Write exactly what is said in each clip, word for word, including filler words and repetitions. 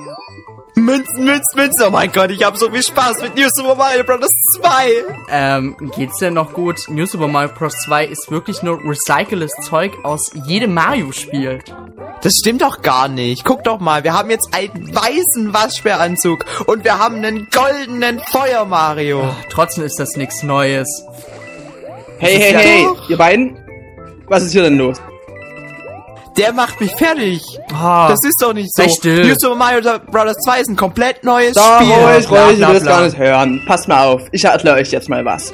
Münzen, Münzen, Münzen. Oh mein Gott, ich habe so viel Spaß mit New Super Mario Bros. zwei. Ähm, geht's denn noch gut? New Super Mario Bros. zwei ist wirklich nur recyceltes Zeug aus jedem Mario-Spiel. Das stimmt doch gar nicht. Guck doch mal, wir haben jetzt einen weißen Waschbäranzug und wir haben einen goldenen Feuer-Mario. Ach, trotzdem ist das nichts Neues. Hey, hey, hey, ihr beiden? Was ist hier denn los? Der macht mich fertig. Oh, das ist doch nicht so. Still. New Super Mario Bros. zwei ist ein komplett neues da, Spiel. Ruhig, bla, ruhig, ich bla, will das bla. gar nicht hören. Passt mal auf, ich erkläre euch jetzt mal was.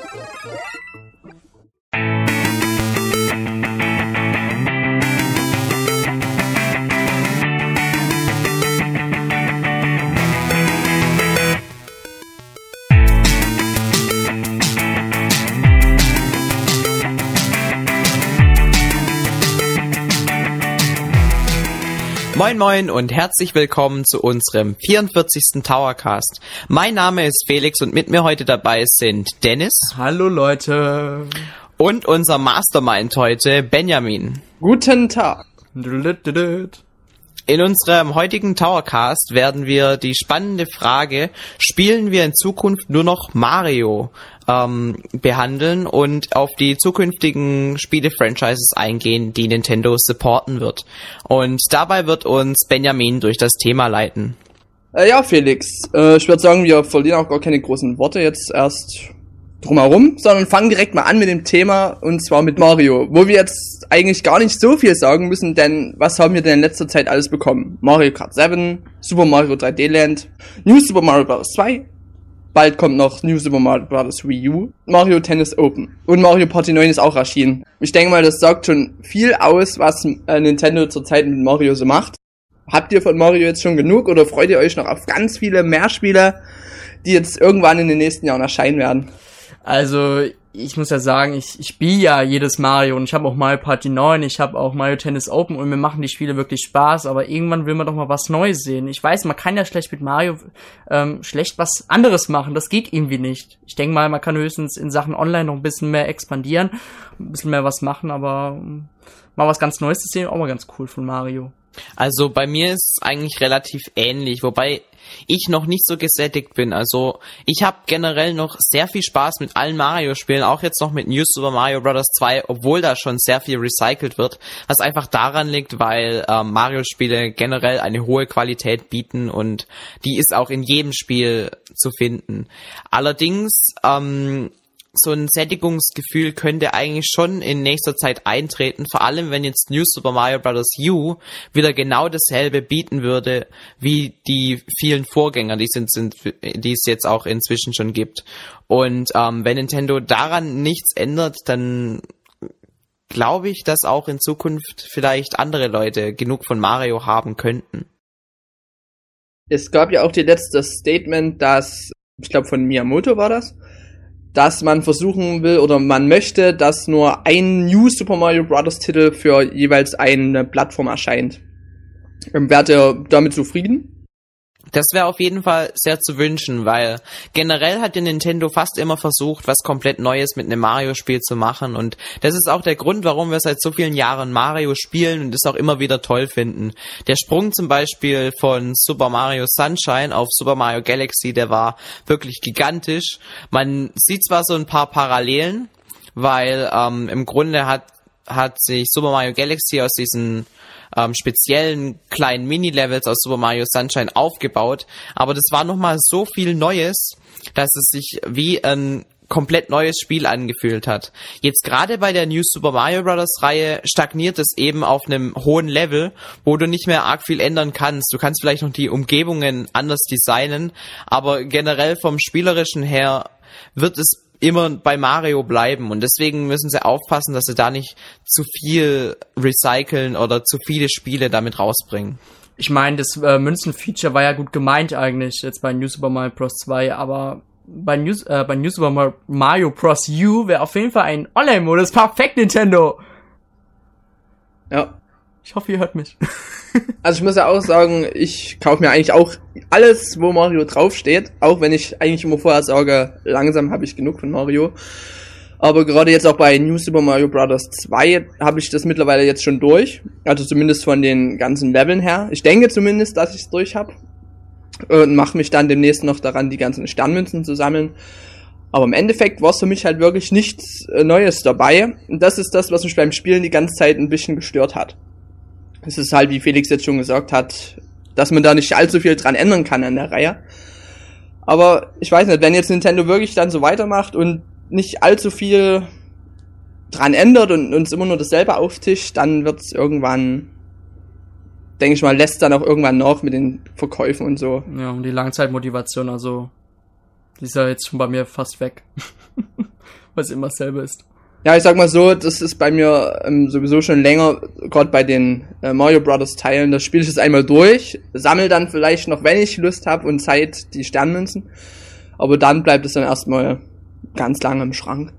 Moin moin und herzlich willkommen zu unserem vierundvierzigsten Towercast. Mein Name ist Felix und mit mir heute dabei sind Dennis. Hallo Leute. Und unser Mastermind heute, Benjamin. Guten Tag. In unserem heutigen Towercast werden wir die spannende Frage, spielen wir in Zukunft nur noch Mario, ähm, behandeln und auf die zukünftigen Spiele-Franchises eingehen, die Nintendo supporten wird. Und dabei wird uns Benjamin durch das Thema leiten. Äh, ja, Felix, äh, ich würde sagen, wir verlieren auch gar keine großen Worte jetzt erst drumherum, sondern fangen direkt mal an mit dem Thema, und zwar mit Mario, wo wir jetzt eigentlich gar nicht so viel sagen müssen, denn was haben wir denn in letzter Zeit alles bekommen? Mario Kart sieben, Super Mario drei D Land, New Super Mario Bros. zwei, bald kommt noch New Super Mario Bros. Wii U, Mario Tennis Open und Mario Party neun ist auch erschienen. Ich denke mal, das sagt schon viel aus, was äh, Nintendo zurzeit mit Mario so macht. Habt ihr von Mario jetzt schon genug oder freut ihr euch noch auf ganz viele mehr Spiele, die jetzt irgendwann in den nächsten Jahren erscheinen werden? Also, ich muss ja sagen, ich, ich spiele ja jedes Mario und ich habe auch Mario Party neun, ich habe auch Mario Tennis Open und mir machen die Spiele wirklich Spaß, aber irgendwann will man doch mal was Neues sehen. Ich weiß, man kann ja schlecht mit Mario ähm, schlecht was anderes machen, das geht irgendwie nicht. Ich denke mal, man kann höchstens in Sachen Online noch ein bisschen mehr expandieren, ein bisschen mehr was machen, aber um, mal was ganz Neues zu sehen, auch mal ganz cool von Mario. Also bei mir ist es eigentlich relativ ähnlich, wobei ich noch nicht so gesättigt bin. Also ich habe generell noch sehr viel Spaß mit allen Mario-Spielen, auch jetzt noch mit New Super Mario Bros. zwei, obwohl da schon sehr viel recycelt wird, was einfach daran liegt, weil ähm, Mario-Spiele generell eine hohe Qualität bieten und die ist auch in jedem Spiel zu finden. Allerdings ähm, so ein Sättigungsgefühl könnte eigentlich schon in nächster Zeit eintreten, vor allem wenn jetzt New Super Mario Bros. U wieder genau dasselbe bieten würde wie die vielen Vorgänger, die, sind, sind, die es jetzt auch inzwischen schon gibt. Und ähm, wenn Nintendo daran nichts ändert, dann glaube ich, dass auch in Zukunft vielleicht andere Leute genug von Mario haben könnten. Es gab ja auch die letzte Statement, dass, ich glaube von Miyamoto war das, dass man versuchen will oder man möchte, dass nur ein New Super Mario Bros. Titel für jeweils eine Plattform erscheint. Ähm, wärt ihr damit zufrieden? Das wäre auf jeden Fall sehr zu wünschen, weil generell hat ja Nintendo fast immer versucht, was komplett Neues mit einem Mario-Spiel zu machen, und das ist auch der Grund, warum wir seit so vielen Jahren Mario spielen und es auch immer wieder toll finden. Der Sprung zum Beispiel von Super Mario Sunshine auf Super Mario Galaxy, der war wirklich gigantisch. Man sieht zwar so ein paar Parallelen, weil ähm, im Grunde hat hat sich Super Mario Galaxy aus diesen ähm, speziellen kleinen Mini-Levels aus Super Mario Sunshine aufgebaut, aber das war nochmal so viel Neues, dass es sich wie ein komplett neues Spiel angefühlt hat. Jetzt gerade bei der New Super Mario Bros. Reihe stagniert es eben auf einem hohen Level, wo du nicht mehr arg viel ändern kannst. Du kannst vielleicht noch die Umgebungen anders designen, aber generell vom Spielerischen her wird es immer bei Mario bleiben, und deswegen müssen sie aufpassen, dass sie da nicht zu viel recyceln oder zu viele Spiele damit rausbringen. Ich meine, das äh, Münzen-Feature war ja gut gemeint eigentlich jetzt bei New Super Mario Bros. zwei, aber bei New, äh, bei New Super Mario Bros. U wäre auf jeden Fall ein Online-Modus perfekt, Nintendo! Ja. Ich hoffe, ihr hört mich. Also ich muss ja auch sagen, ich kaufe mir eigentlich auch alles, wo Mario draufsteht, auch wenn ich eigentlich immer vorher sage, langsam habe ich genug von Mario. Aber gerade jetzt auch bei New Super Mario Bros. zwei habe ich das mittlerweile jetzt schon durch, also zumindest von den ganzen Leveln her. Ich denke zumindest, dass ich es durch habe. und mache mich dann demnächst noch daran, die ganzen Sternmünzen zu sammeln. Aber im Endeffekt war es für mich halt wirklich nichts äh, Neues dabei. Und das ist das, was mich beim Spielen die ganze Zeit ein bisschen gestört hat. Es ist halt, wie Felix jetzt schon gesagt hat, dass man da nicht allzu viel dran ändern kann an der Reihe. Aber ich weiß nicht, wenn jetzt Nintendo wirklich dann so weitermacht und nicht allzu viel dran ändert und uns immer nur dasselbe auftischt, dann wird es irgendwann, denke ich mal, lässt dann auch irgendwann nach mit den Verkäufen und so. Ja, und die Langzeitmotivation, also die ist ja jetzt schon bei mir fast weg. Weil es immer dasselbe ist. Ja, ich sag mal so, das ist bei mir ähm, sowieso schon länger, gerade bei den äh, Mario Brothers Teilen, da spiele ich es einmal durch, sammle dann vielleicht noch, wenn ich Lust habe und Zeit, die Sternmünzen, aber dann bleibt es dann erstmal ganz lange im Schrank.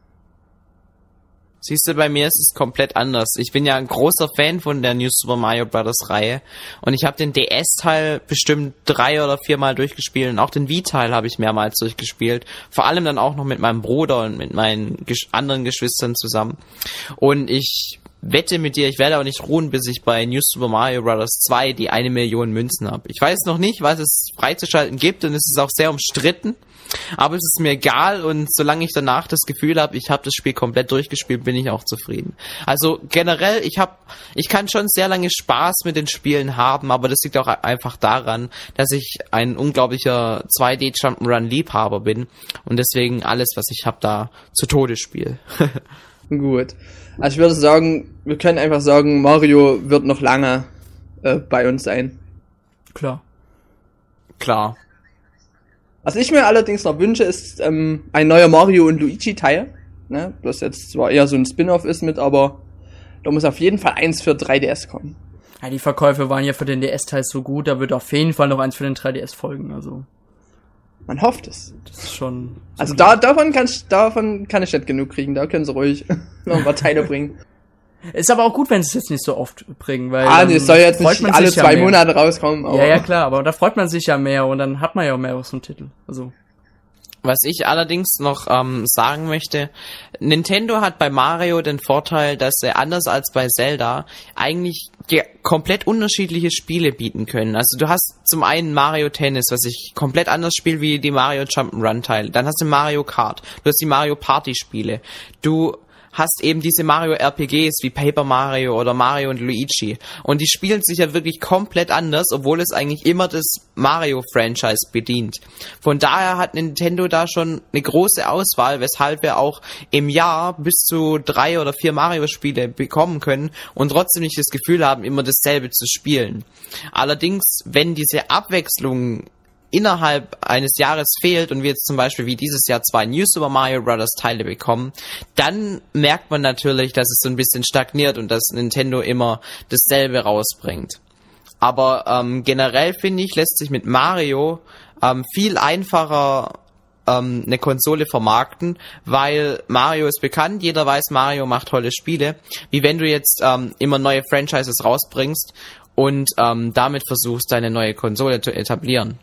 Siehst du, bei mir ist es komplett anders. Ich bin ja ein großer Fan von der New Super Mario Bros. Reihe und ich habe den D S-Teil bestimmt drei oder viermal durchgespielt und auch den Wii-Teil habe ich mehrmals durchgespielt. Vor allem dann auch noch mit meinem Bruder und mit meinen Gesch- anderen Geschwistern zusammen. Und ich wette mit dir, ich werde auch nicht ruhen, bis ich bei New Super Mario Bros. zwei die eine Million Münzen habe. Ich weiß noch nicht, was es freizuschalten gibt und es ist auch sehr umstritten. Aber es ist mir egal und solange ich danach das Gefühl habe, ich habe das Spiel komplett durchgespielt, bin ich auch zufrieden. Also generell, ich habe, ich kann schon sehr lange Spaß mit den Spielen haben, aber das liegt auch einfach daran, dass ich ein unglaublicher zwei D Jump'n'Run-Liebhaber bin und deswegen alles, was ich habe, da zu Tode spiele. Gut. Also ich würde sagen, wir können einfach sagen, Mario wird noch lange äh, bei uns sein. Klar. Klar. Was ich mir allerdings noch wünsche, ist ähm, ein neuer Mario und Luigi Teil. Ne? Das jetzt zwar eher so ein Spin-off ist mit, aber da muss auf jeden Fall eins für drei D S kommen. Ja, die Verkäufe waren ja für den D S-Teil so gut, da wird auf jeden Fall noch eins für den drei D S folgen, also. Man hofft es. Das ist schon. So also da, davon, kann ich, davon kann ich nicht genug kriegen, da können sie ruhig noch ein paar Teile bringen. Ist aber auch gut, wenn sie es jetzt nicht so oft bringen, weil. Ah, nee, es soll jetzt nicht alle zwei ja Monate rauskommen. Aber ja, ja, klar, aber da freut man sich ja mehr und dann hat man ja auch mehr aus dem Titel. Also. Was ich allerdings noch ähm, sagen möchte, Nintendo hat bei Mario den Vorteil, dass er anders als bei Zelda eigentlich komplett unterschiedliche Spiele bieten können. Also du hast zum einen Mario Tennis, was ich komplett anders spiele wie die Mario Jump'n'Run Teile. Dann hast du Mario Kart, du hast die Mario Party Spiele. Du hast eben diese Mario R P Gs wie Paper Mario oder Mario und Luigi. Und die spielen sich ja wirklich komplett anders, obwohl es eigentlich immer das Mario-Franchise bedient. Von daher hat Nintendo da schon eine große Auswahl, weshalb wir auch im Jahr bis zu drei oder vier Mario-Spiele bekommen können und trotzdem nicht das Gefühl haben, immer dasselbe zu spielen. Allerdings, wenn diese Abwechslung innerhalb eines Jahres fehlt und wir jetzt zum Beispiel wie dieses Jahr zwei New Super Mario Bros. Teile bekommen, dann merkt man natürlich, dass es so ein bisschen stagniert und dass Nintendo immer dasselbe rausbringt. Aber ähm, generell finde ich, lässt sich mit Mario ähm, viel einfacher ähm, eine Konsole vermarkten, weil Mario ist bekannt, jeder weiß, Mario macht tolle Spiele, wie wenn du jetzt ähm, immer neue Franchises rausbringst und ähm, damit versuchst, deine neue Konsole zu etablieren.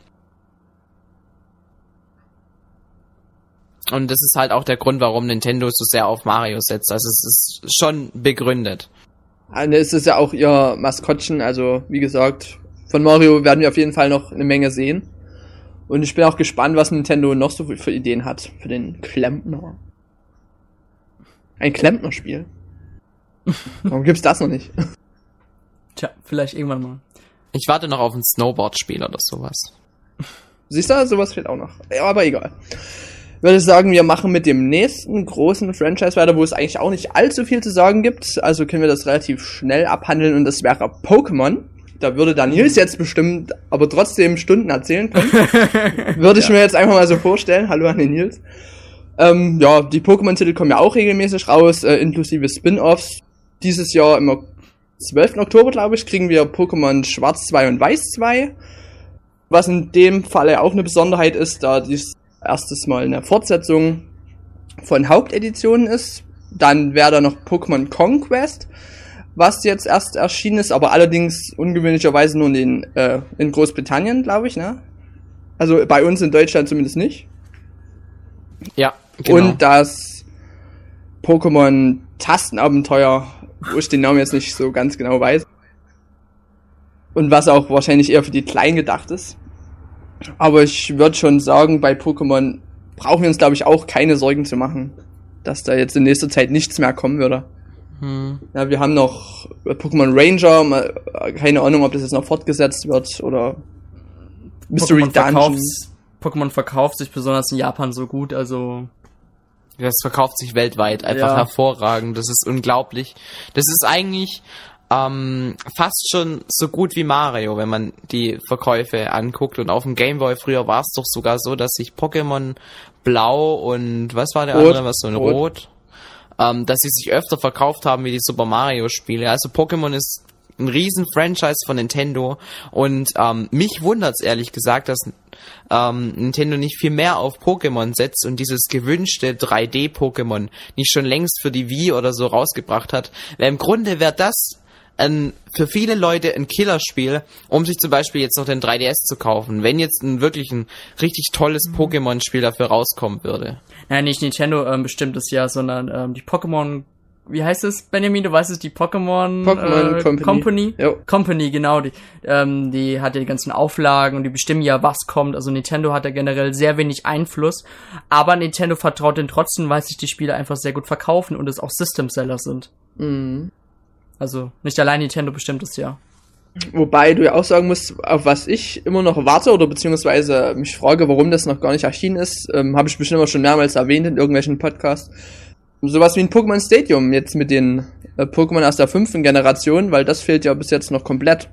Und das ist halt auch der Grund, warum Nintendo so sehr auf Mario setzt. Also es ist schon begründet. Und es ist ja auch ihr Maskottchen, also wie gesagt, von Mario werden wir auf jeden Fall noch eine Menge sehen. Und ich bin auch gespannt, was Nintendo noch so für Ideen hat für den Klempner. Ein Klempner-Spiel. Warum gibt's das noch nicht? Tja, vielleicht irgendwann mal. Ich warte noch auf ein Snowboard-Spiel oder sowas. Siehst du, sowas fehlt auch noch. Ja, aber egal. Ich würde sagen, wir machen mit dem nächsten großen Franchise weiter, wo es eigentlich auch nicht allzu viel zu sagen gibt. Also können wir das relativ schnell abhandeln und das wäre Pokémon. Da würde dann Nils jetzt bestimmt, aber trotzdem Stunden erzählen können. Würde ich ja. mir jetzt einfach mal so vorstellen. Hallo an den Nils. Ähm, ja, die Pokémon-Titel kommen ja auch regelmäßig raus, äh, inklusive Spin-Offs. Dieses Jahr im zwölften Oktober, glaube ich, kriegen wir Pokémon Schwarz zwei und Weiß zwei. Was in dem Falle auch eine Besonderheit ist, da dies erstes Mal eine Fortsetzung von Haupteditionen ist. Dann wäre da noch Pokémon Conquest, was jetzt erst erschienen ist, aber allerdings ungewöhnlicherweise nur in, den, äh, in Großbritannien, glaube ich, ne? Also bei uns in Deutschland zumindest nicht. Ja, genau. Und das Pokémon Tastenabenteuer, wo ich den Namen jetzt nicht so ganz genau weiß. Und was auch wahrscheinlich eher für die Kleinen gedacht ist. Aber ich würde schon sagen, bei Pokémon brauchen wir uns, glaube ich, auch keine Sorgen zu machen, dass da jetzt in nächster Zeit nichts mehr kommen würde. Hm. Ja, wir haben noch Pokémon Ranger, mal, keine Ahnung, ob das jetzt noch fortgesetzt wird oder Mystery Pokémon verkauft, Pokémon verkauft sich besonders in Japan so gut, also das verkauft sich weltweit einfach ja. hervorragend. Das ist unglaublich. Das ist eigentlich ähm, fast schon so gut wie Mario, wenn man die Verkäufe anguckt. Und auf dem Game Boy früher war es doch sogar so, dass sich Pokémon Blau und was war der Rot. andere, was so ein Rot, Rot ähm, dass sie sich öfter verkauft haben wie die Super Mario Spiele. Also Pokémon ist ein riesen Franchise von Nintendo und ähm, mich wundert's ehrlich gesagt, dass ähm, Nintendo nicht viel mehr auf Pokémon setzt und dieses gewünschte drei D-Pokémon nicht schon längst für die Wii oder so rausgebracht hat. Weil im Grunde wäre das ein, für viele Leute ein Killerspiel, um sich zum Beispiel jetzt noch den drei D S zu kaufen, wenn jetzt ein wirklich ein richtig tolles mhm. Pokémon-Spiel dafür rauskommen würde. Nein, nicht Nintendo ähm, bestimmt das ja, sondern ähm, die Pokémon, wie heißt es, Benjamin, du weißt es, die Pokémon, Pokémon äh, Company. Company, Company, genau, die, ähm, die hat ja die ganzen Auflagen und die bestimmen ja, was kommt, also Nintendo hat ja generell sehr wenig Einfluss, aber Nintendo vertraut denen trotzdem, weil sich die Spiele einfach sehr gut verkaufen und es auch System-Seller sind. Mhm. Also, nicht allein Nintendo bestimmt es ja. Wobei du ja auch sagen musst, auf was ich immer noch warte oder beziehungsweise mich frage, warum das noch gar nicht erschienen ist, ähm, habe ich bestimmt immer schon mehrmals erwähnt in irgendwelchen Podcasts. Sowas wie ein Pokémon Stadium jetzt mit den äh, Pokémon aus der fünften Generation, weil das fehlt ja bis jetzt noch komplett.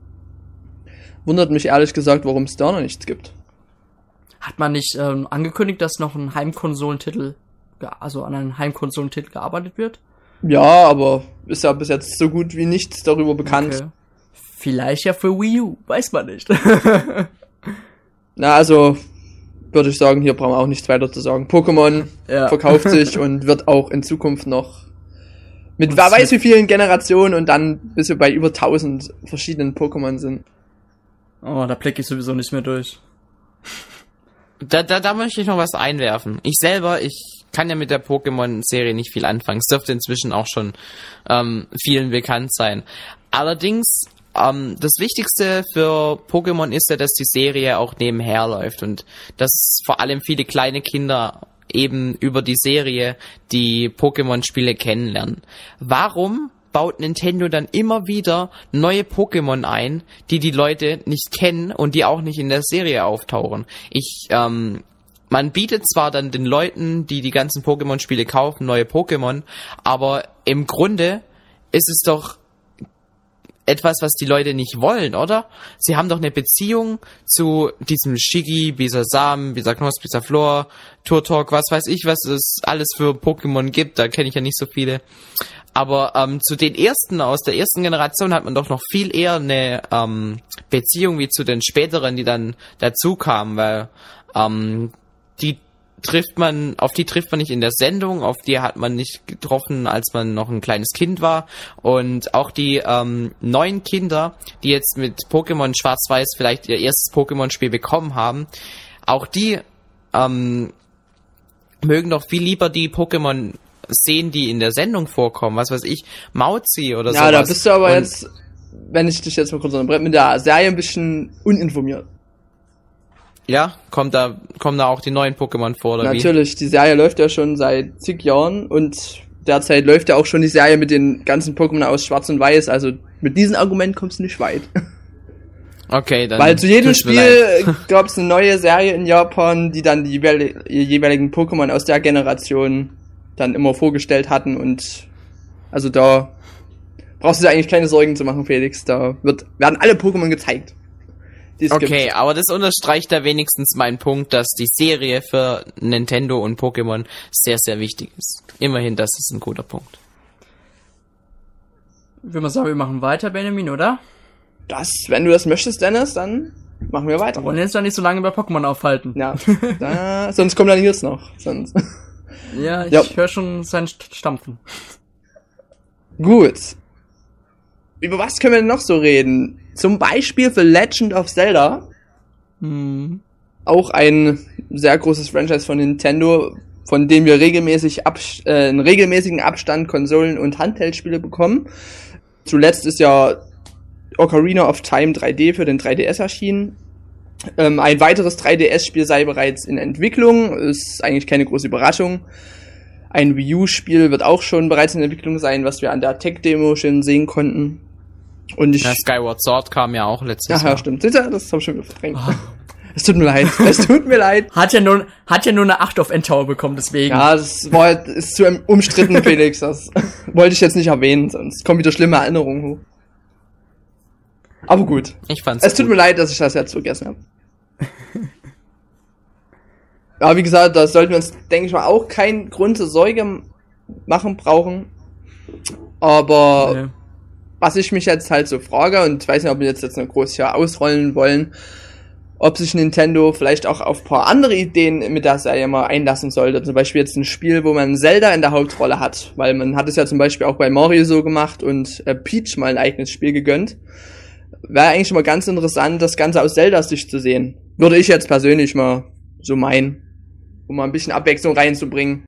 Wundert mich ehrlich gesagt, warum es da noch nichts gibt. Hat man nicht ähm, angekündigt, dass noch ein Heimkonsolentitel, also an einem Heimkonsolentitel gearbeitet wird? Ja, aber ist ja bis jetzt so gut wie nichts darüber bekannt. Okay. Vielleicht ja für Wii U, weiß man nicht. Na, also würde ich sagen, hier brauchen wir auch nichts weiter zu sagen. Pokémon ja. verkauft sich und wird auch in Zukunft noch mit wer weiß wie vielen Generationen und dann bis wir bei über tausend verschiedenen Pokémon sind. Oh, da blicke ich sowieso nicht mehr durch. Da, da, da möchte ich noch was einwerfen. Ich selber, ich kann ja mit der Pokémon-Serie nicht viel anfangen. Es dürfte inzwischen auch schon ähm, vielen bekannt sein. Allerdings, ähm, das Wichtigste für Pokémon ist ja, dass die Serie auch nebenher läuft und dass vor allem viele kleine Kinder eben über die Serie die Pokémon-Spiele kennenlernen. Warum baut Nintendo dann immer wieder neue Pokémon ein, die die Leute nicht kennen und die auch nicht in der Serie auftauchen? Ich, ähm, man bietet zwar dann den Leuten, die die ganzen Pokémon-Spiele kaufen, neue Pokémon, aber im Grunde ist es doch etwas, was die Leute nicht wollen, oder? Sie haben doch eine Beziehung zu diesem Shiggy, Bisasam, Bisaknos, Bisaflor, Turtok, was weiß ich, was es alles für Pokémon gibt, da kenne ich ja nicht so viele. Aber ähm, zu den ersten, aus der ersten Generation hat man doch noch viel eher eine ähm, Beziehung wie zu den späteren, die dann dazu kamen, weil ähm, die trifft man, auf die trifft man nicht in der Sendung, auf die hat man nicht getroffen, als man noch ein kleines Kind war. Und auch die ähm, neuen Kinder, die jetzt mit Pokémon Schwarz-Weiß vielleicht ihr erstes Pokémon-Spiel bekommen haben, auch die ähm, mögen doch viel lieber die Pokémon sehen, die in der Sendung vorkommen. Was weiß ich, Mauzi oder so. Ja, sowas. Da bist du aber Und jetzt, wenn ich dich jetzt mal kurz unterbreche, mit der Serie ein bisschen uninformiert. Ja, kommt da, kommen da auch die neuen Pokémon vor, oder Natürlich, wie? Natürlich, die Serie läuft ja schon seit zig Jahren und derzeit läuft ja auch schon die Serie mit den ganzen Pokémon aus Schwarz und Weiß, also mit diesem Argument kommst du nicht weit. Okay, dann. Weil zu jedem Spiel gab es eine neue Serie in Japan, die dann die jeweiligen Pokémon aus der Generation dann immer vorgestellt hatten und also da brauchst du dir eigentlich keine Sorgen zu machen, Felix, da wird, werden alle Pokémon gezeigt. Okay, gibt. Aber das unterstreicht da wenigstens meinen Punkt, dass die Serie für Nintendo und Pokémon sehr, sehr wichtig ist. Immerhin, das ist ein guter Punkt. Ich würde mal sagen, wir machen weiter, Benjamin, oder? Das, wenn du das möchtest, Dennis, dann machen wir weiter. Wir wollen jetzt doch nicht so lange bei Pokémon aufhalten. Ja, da, sonst kommt dann Nils noch. Sonst. Ja, ich ja. höre schon sein Stampfen. Gut. Über was können wir denn noch so reden? Zum Beispiel für Legend of Zelda. Hm. Auch ein sehr großes Franchise von Nintendo, von dem wir regelmäßig Abs- äh, einen regelmäßigen Abstand Konsolen- und Handheldspiele bekommen. Zuletzt ist ja Ocarina of Time drei D für den drei D S erschienen. Ähm, ein weiteres drei D S-Spiel sei bereits in Entwicklung, ist eigentlich keine große Überraschung. Ein Wii U-Spiel wird auch schon bereits in Entwicklung sein, was wir an der Tech-Demo schon sehen konnten. Und ich... Ja, Skyward Sword kam ja auch letztes Ach, Jahr. Ja, stimmt. Das habe ich schon wieder verdrängt. Oh. Es tut mir leid. Es tut mir leid. Hat ja nur, hat ja nur eine acht auf N-Tower bekommen, deswegen. Ja, das war halt, ist zu umstritten, Felix. Das wollte ich jetzt nicht erwähnen, sonst kommen wieder schlimme Erinnerungen hoch. Aber gut. Ich fand's Es tut gut. mir leid, dass ich das jetzt vergessen habe. Aber wie gesagt, da sollten wir uns, denke ich mal, auch keinen Grund zur Sorge machen brauchen. Aber Nee. was ich mich jetzt halt so frage, und ich weiß nicht, ob wir jetzt, jetzt noch groß hier ausrollen wollen, ob sich Nintendo vielleicht auch auf ein paar andere Ideen mit der Serie mal einlassen sollte. Zum Beispiel jetzt ein Spiel, wo man Zelda in der Hauptrolle hat. Weil man hat es ja zum Beispiel auch bei Mario so gemacht und äh, Peach mal ein eigenes Spiel gegönnt. Wäre eigentlich mal ganz interessant, das Ganze aus Zeldas Sicht zu sehen. Würde ich jetzt persönlich mal so meinen. Um mal ein bisschen Abwechslung reinzubringen.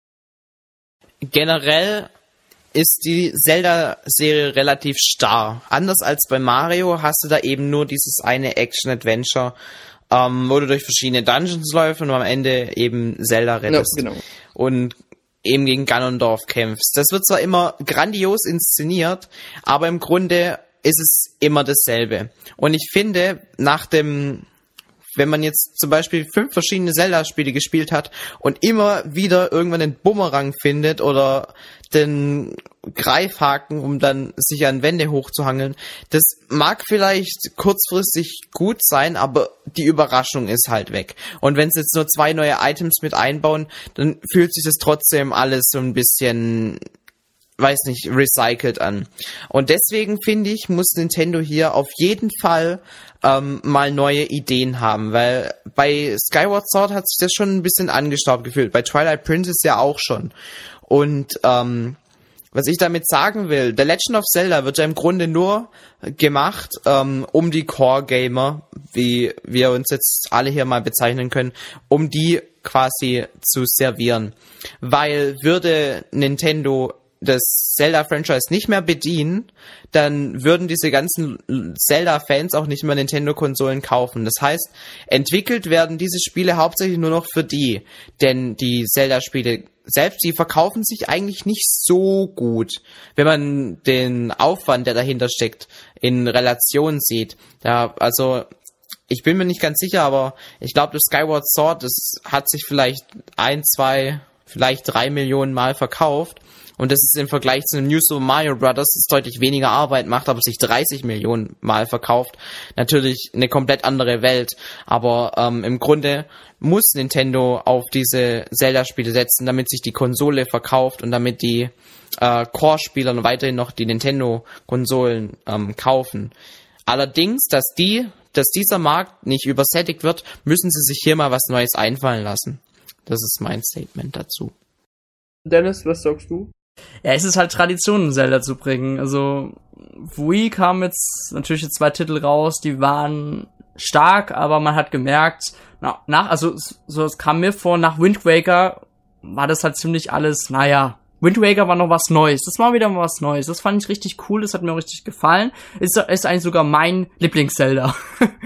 Generell ist die Zelda-Serie relativ starr. Anders als bei Mario hast du da eben nur dieses eine Action-Adventure, ähm, wo du durch verschiedene Dungeons läufst und am Ende eben Zelda rettest. Ja, genau. Und eben gegen Ganondorf kämpfst. Das wird zwar immer grandios inszeniert, aber im Grunde ist es immer dasselbe. Und ich finde, nach dem... Wenn man jetzt zum Beispiel fünf verschiedene Zelda-Spiele gespielt hat und immer wieder irgendwann den Bumerang findet oder den Greifhaken, um dann sich an Wände hochzuhangeln, das mag vielleicht kurzfristig gut sein, aber die Überraschung ist halt weg. Und wenn sie jetzt nur zwei neue Items mit einbauen, dann fühlt sich das trotzdem alles so ein bisschen... weiß nicht, recycelt an. Und deswegen finde ich, muss Nintendo hier auf jeden Fall ähm, mal neue Ideen haben, weil bei Skyward Sword hat sich das schon ein bisschen angestaubt gefühlt, bei Twilight Princess ja auch schon. Und ähm, was ich damit sagen will, The Legend of Zelda wird ja im Grunde nur gemacht, ähm, um die Core-Gamer, wie wir uns jetzt alle hier mal bezeichnen können, um die quasi zu servieren. Weil würde Nintendo das Zelda-Franchise nicht mehr bedienen, dann würden diese ganzen Zelda-Fans auch nicht mehr Nintendo-Konsolen kaufen. Das heißt, entwickelt werden diese Spiele hauptsächlich nur noch für die, denn die Zelda-Spiele selbst, die verkaufen sich eigentlich nicht so gut, wenn man den Aufwand, der dahinter steckt, in Relation sieht. Ja, also ich bin mir nicht ganz sicher, aber ich glaube, das Skyward Sword, das hat sich vielleicht ein, zwei, vielleicht drei Millionen Mal verkauft. Und das ist im Vergleich zu einem New Super Mario Brothers, das deutlich weniger Arbeit macht, aber sich dreißig Millionen Mal verkauft. Natürlich eine komplett andere Welt. Aber ähm, im Grunde muss Nintendo auf diese Zelda-Spiele setzen, damit sich die Konsole verkauft und damit die äh, Core-Spieler weiterhin noch die Nintendo-Konsolen ähm, kaufen. Allerdings, dass die, dass dieser Markt nicht übersättigt wird, müssen sie sich hier mal was Neues einfallen lassen. Das ist mein Statement dazu. Dennis, was sagst du? Ja, es ist halt Tradition, Zelda zu bringen. Also, Wii kam jetzt natürlich jetzt zwei Titel raus, die waren stark, aber man hat gemerkt, na, nach, also, so, es kam mir vor, nach Wind Waker war das halt ziemlich alles, naja, Wind Waker war noch was Neues. Das war wieder mal was Neues. Das fand ich richtig cool, das hat mir auch richtig gefallen. Ist, ist eigentlich sogar mein Lieblings-Zelda.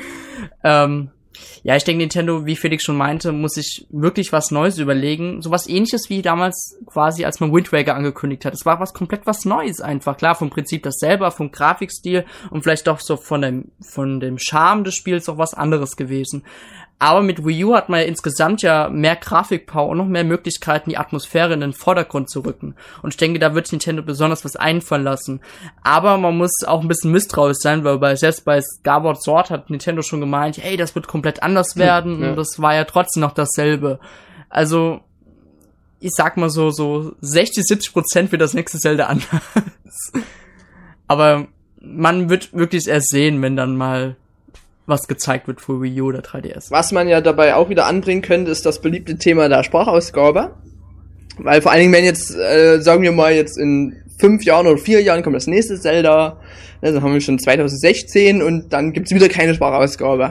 ähm, Ja, ich denke, Nintendo, wie Felix schon meinte, muss sich wirklich was Neues überlegen. Sowas Ähnliches wie damals quasi, als man Wind Waker angekündigt hat. Es war was komplett was Neues einfach. Klar, vom Prinzip dasselbe, vom Grafikstil und vielleicht doch so von dem, von dem Charme des Spiels auch was anderes gewesen. Aber mit Wii U hat man ja insgesamt ja mehr Grafikpower und noch mehr Möglichkeiten, die Atmosphäre in den Vordergrund zu rücken. Und ich denke, da wird Nintendo besonders was einfallen lassen. Aber man muss auch ein bisschen misstrauisch sein, weil bei, selbst bei Skyward Sword hat Nintendo schon gemeint, hey, das wird komplett anders werden. Ja. Und das war ja trotzdem noch dasselbe. Also, ich sag mal so, so sechzig, siebzig Prozent wird das nächste Zelda anders. Aber man wird wirklich erst sehen, wenn dann mal was gezeigt wird für Wii U oder drei D S. Was man ja dabei auch wieder anbringen könnte, ist das beliebte Thema der Sprachausgabe. Weil vor allen Dingen, wenn jetzt, äh, sagen wir mal, jetzt in fünf Jahren oder vier Jahren kommt das nächste Zelda, ne, dann haben wir schon zwanzig sechzehn und dann gibt's wieder keine Sprachausgabe.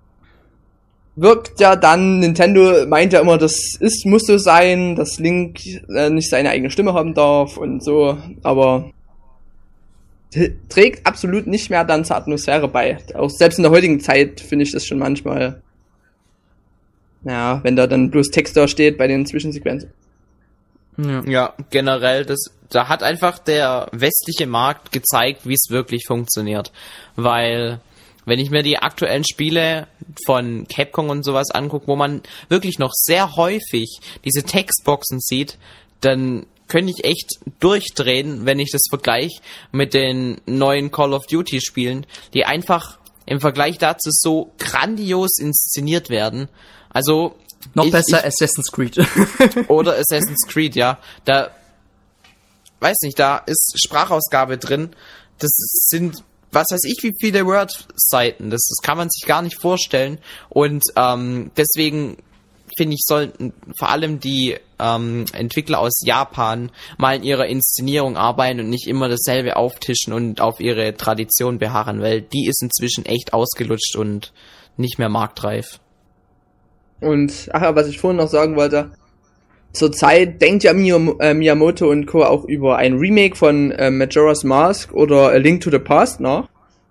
Wirkt ja dann, Nintendo meint ja immer, das ist, muss so sein, dass Link äh, nicht seine eigene Stimme haben darf und so, aber t- trägt absolut nicht mehr dann zur Atmosphäre bei. Auch selbst in der heutigen Zeit finde ich das schon manchmal, ja, wenn da dann bloß Text da steht bei den Zwischensequenzen. Ja. ja, generell, das, da hat einfach der westliche Markt gezeigt, wie es wirklich funktioniert. Weil, wenn ich mir die aktuellen Spiele von Capcom und sowas angucke, wo man wirklich noch sehr häufig diese Textboxen sieht, dann könnte ich echt durchdrehen, wenn ich das vergleiche mit den neuen Call of Duty Spielen, die einfach im Vergleich dazu so grandios inszeniert werden. Also, Noch ich, besser ich, Assassin's Creed. Oder Assassin's Creed, ja. Da, weiß nicht, da ist Sprachausgabe drin. Das sind, was weiß ich, wie viele Word-Seiten. Das, das kann man sich gar nicht vorstellen. Und ähm, deswegen finde ich, sollten vor allem die ähm, Entwickler aus Japan mal in ihrer Inszenierung arbeiten und nicht immer dasselbe auftischen und auf ihre Tradition beharren, weil die ist inzwischen echt ausgelutscht und nicht mehr marktreif. Und, ach, was ich vorhin noch sagen wollte, zurzeit denkt ja Miyamoto und Co. auch über ein Remake von äh, Majora's Mask oder A Link to the Past nach.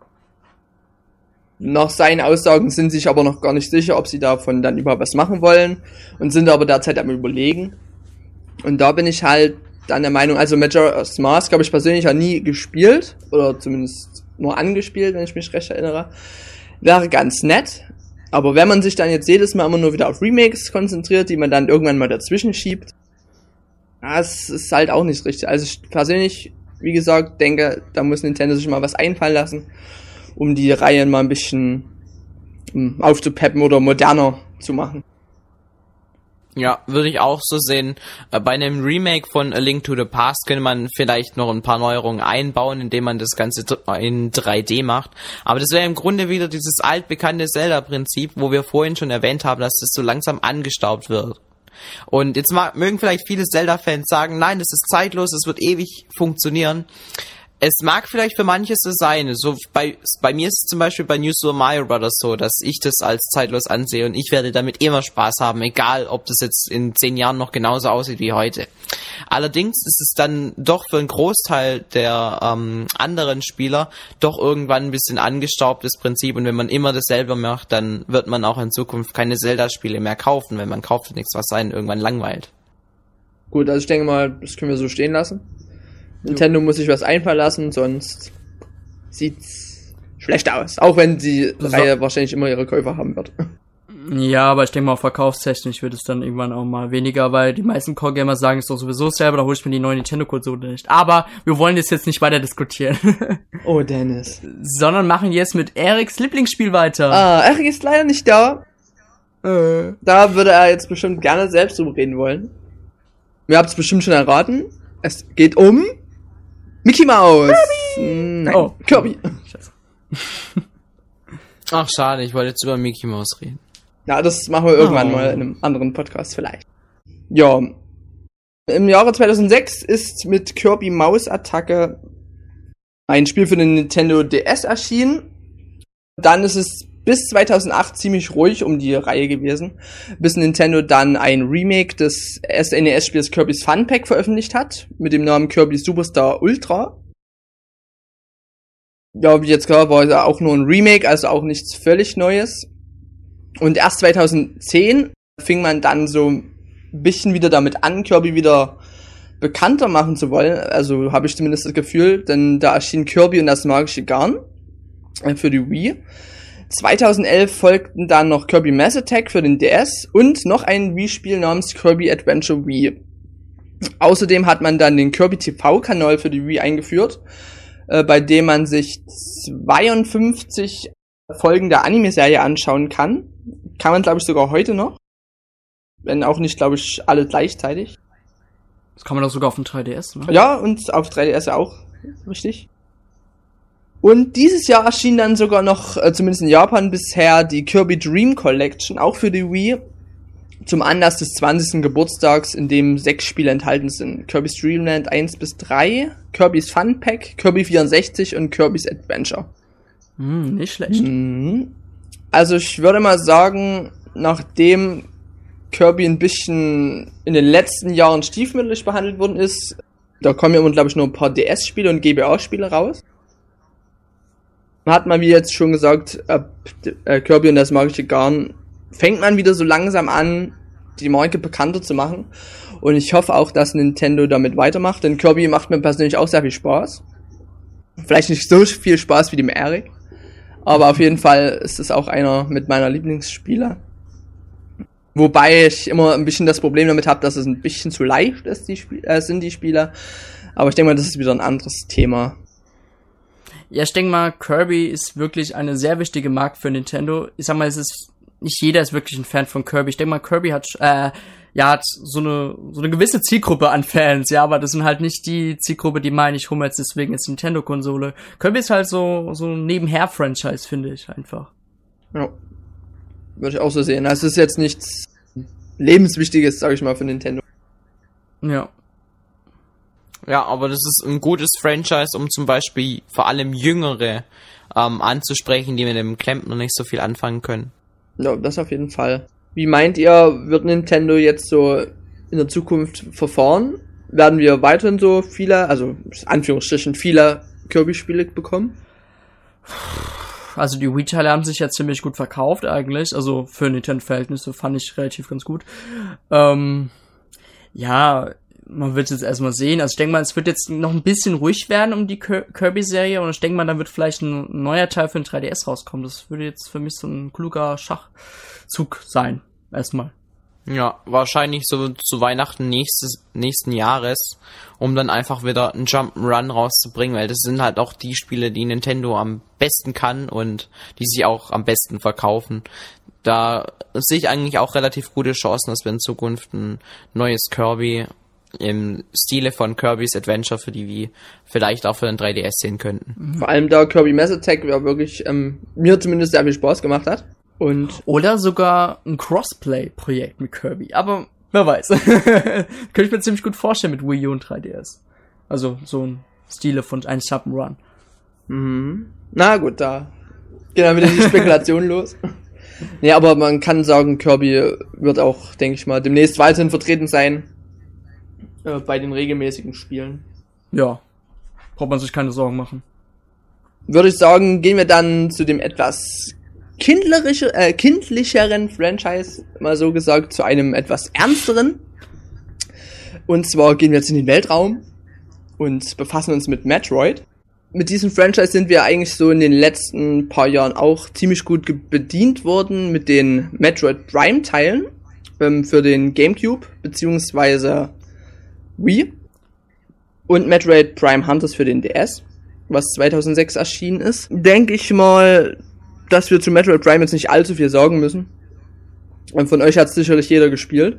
Nach seinen Aussagen sind sich aber noch gar nicht sicher, ob sie davon dann überhaupt was machen wollen und sind aber derzeit am Überlegen. Und da bin ich halt dann der Meinung, also Majora's Mask habe ich persönlich ja nie gespielt, oder zumindest nur angespielt, wenn ich mich recht erinnere. Wäre ganz nett. Aber wenn man sich dann jetzt jedes Mal immer nur wieder auf Remakes konzentriert, die man dann irgendwann mal dazwischen schiebt, das ist halt auch nicht richtig. Also ich persönlich, wie gesagt, denke, da muss Nintendo sich mal was einfallen lassen, um die Reihe mal ein bisschen um, aufzupeppen oder moderner zu machen. Ja, würde ich auch so sehen. Bei einem Remake von A Link to the Past könnte man vielleicht noch ein paar Neuerungen einbauen, indem man das Ganze in drei D macht. Aber das wäre im Grunde wieder dieses altbekannte Zelda-Prinzip, wo wir vorhin schon erwähnt haben, dass das so langsam angestaubt wird. Und jetzt mag, mögen vielleicht viele Zelda-Fans sagen, nein, das ist zeitlos, es wird ewig funktionieren. Es mag vielleicht für manche so sein. So bei, bei mir ist es zum Beispiel bei New Super Mario Bros. So, dass ich das als zeitlos ansehe und ich werde damit immer Spaß haben, egal ob das jetzt in zehn Jahren noch genauso aussieht wie heute. Allerdings ist es dann doch für einen Großteil der ähm, anderen Spieler doch irgendwann ein bisschen angestaubtes Prinzip, und wenn man immer dasselbe macht, dann wird man auch in Zukunft keine Zelda-Spiele mehr kaufen, wenn man kauft nichts, was einen irgendwann langweilt. Gut, also ich denke mal, das können wir so stehen lassen. Nintendo muss sich was einfallen lassen, sonst sieht's schlecht aus. Auch wenn die so. Reihe wahrscheinlich immer ihre Käufer haben wird. Ja, aber ich denke mal, verkaufstechnisch wird es dann irgendwann auch mal weniger, weil die meisten Core-Gamer sagen es doch sowieso selber, da hol ich mir die neue Nintendo-Konsole nicht. Aber wir wollen das jetzt nicht weiter diskutieren. Oh, Dennis. Sondern machen jetzt mit Eriks Lieblingsspiel weiter. Ah, Erik ist leider nicht da. Äh. Da würde er jetzt bestimmt gerne selbst drüber reden wollen. Ihr habt es bestimmt schon erraten. Es geht um Mickey Mouse. Kirby. Nein, oh. Kirby. Scheiße. Ach, schade, ich wollte jetzt über Mickey Mouse reden. Ja, das machen wir irgendwann oh. mal in einem anderen Podcast vielleicht. Ja. Im Jahre zweitausendsechs ist mit Kirby Maus Attacke ein Spiel für den Nintendo D S erschienen. Dann ist es bis zweitausendacht ziemlich ruhig um die Reihe gewesen, bis Nintendo dann ein Remake des S N E S-Spiels Kirby's Fun Pack veröffentlicht hat, mit dem Namen Kirby Superstar Ultra. Ja, wie jetzt klar, war es auch nur ein Remake, also auch nichts völlig Neues. Und erst zweitausendzehn fing man dann so ein bisschen wieder damit an, Kirby wieder bekannter machen zu wollen. Also habe ich zumindest das Gefühl, denn da erschien Kirby und das magische Garn für die Wii. zweitausendelf folgten dann noch Kirby Mass Attack für den D S und noch ein Wii-Spiel namens Kirby Adventure Wii. Außerdem hat man dann den Kirby T V-Kanal für die Wii eingeführt, äh, bei dem man sich zweiundfünfzig Folgen der Anime-Serie anschauen kann. Kann man, glaube ich, sogar heute noch. Wenn auch nicht, glaube ich, alle gleichzeitig. Das kann man doch sogar auf dem drei D S, ne? Ja, und auf drei D S auch. Richtig. Und dieses Jahr erschien dann sogar noch, äh, zumindest in Japan bisher, die Kirby Dream Collection, auch für die Wii, zum Anlass des zwanzigsten Geburtstags, in dem sechs Spiele enthalten sind. Kirby's Dream Land eins bis drei, Kirby's Fun Pack, Kirby vierundsechzig und Kirby's Adventure. Hm, nicht schlecht. Mhm. Also ich würde mal sagen, nachdem Kirby ein bisschen in den letzten Jahren stiefmütterlich behandelt worden ist, da kommen ja immer, glaube ich, nur ein paar D S-Spiele und G B A-Spiele raus. hat man, wie jetzt schon gesagt, äh, Kirby und das magische Garn, fängt man wieder so langsam an, die Marke bekannter zu machen. Und ich hoffe auch, dass Nintendo damit weitermacht, denn Kirby macht mir persönlich auch sehr viel Spaß. Vielleicht nicht so viel Spaß wie dem Eric, aber auf jeden Fall ist es auch einer mit meiner Lieblingsspieler. Wobei ich immer ein bisschen das Problem damit habe, dass es ein bisschen zu leicht ist, die Spiel- äh, sind die Spieler. Aber ich denke mal, das ist wieder ein anderes Thema. Ja, ich denke mal, Kirby ist wirklich eine sehr wichtige Marke für Nintendo. Ich sag mal, es ist, nicht jeder ist wirklich ein Fan von Kirby. Ich denke mal, Kirby hat, äh, ja, hat so eine, so eine gewisse Zielgruppe an Fans, ja, aber das sind halt nicht die Zielgruppe, die meine ich, hol jetzt deswegen jetzt Nintendo-Konsole. Kirby ist halt so, so ein Nebenher-Franchise, finde ich einfach. Ja. Würde ich auch so sehen. Also es ist jetzt nichts Lebenswichtiges, sage ich mal, für Nintendo. Ja. Ja, aber das ist ein gutes Franchise, um zum Beispiel vor allem Jüngere ähm, anzusprechen, die mit dem Klempner nicht so viel anfangen können. Ja, das auf jeden Fall. Wie meint ihr, wird Nintendo jetzt so in der Zukunft verfahren? Werden wir weiterhin so viele, also Anführungsstrichen viele Kirby-Spiele bekommen? Also die Wii-Teile haben sich ja ziemlich gut verkauft eigentlich, also für Nintendo-Verhältnisse fand ich relativ ganz gut. Ähm, ja, man wird es jetzt erstmal sehen. Also ich denke mal, es wird jetzt noch ein bisschen ruhig werden um die Kirby-Serie und ich denke mal, dann wird vielleicht ein neuer Teil für den drei D S rauskommen. Das würde jetzt für mich so ein kluger Schachzug sein, erstmal. Ja, wahrscheinlich so zu Weihnachten nächstes, nächsten Jahres, um dann einfach wieder einen Jump'n'Run rauszubringen, weil das sind halt auch die Spiele, die Nintendo am besten kann und die sich auch am besten verkaufen. Da sehe ich eigentlich auch relativ gute Chancen, dass wir in Zukunft ein neues Kirby im Stile von Kirby's Adventure für die Wii vielleicht auch für den drei D S sehen könnten. Vor allem da Kirby Mass Attack ja wirklich ähm, mir zumindest sehr viel Spaß gemacht hat. Und oder sogar ein Crossplay-Projekt mit Kirby. Aber wer weiß. Könnte ich mir ziemlich gut vorstellen mit Wii U und drei D S. Also so ein Stile von einem Jump'n'Run. Mhm. Na gut, da gehen dann wieder die Spekulationen los. Nee, aber man kann sagen, Kirby wird auch, denke ich mal, demnächst weiterhin vertreten sein äh, bei den regelmäßigen Spielen. Ja, braucht man sich keine Sorgen machen. Würde ich sagen, gehen wir dann zu dem etwas kindlerische, äh, kindlicheren Franchise, mal so gesagt, zu einem etwas ernsteren. Und zwar gehen wir jetzt in den Weltraum und befassen uns mit Metroid. Mit diesem Franchise sind wir eigentlich so in den letzten paar Jahren auch ziemlich gut ge- bedient worden mit den Metroid Prime Teilen ähm, für den GameCube beziehungsweise Wii und Metroid Prime Hunters für den D S, was zweitausendsechs erschienen ist. Denke ich mal, dass wir zu Metroid Prime jetzt nicht allzu viel sagen müssen. Und von euch hat sicherlich jeder gespielt.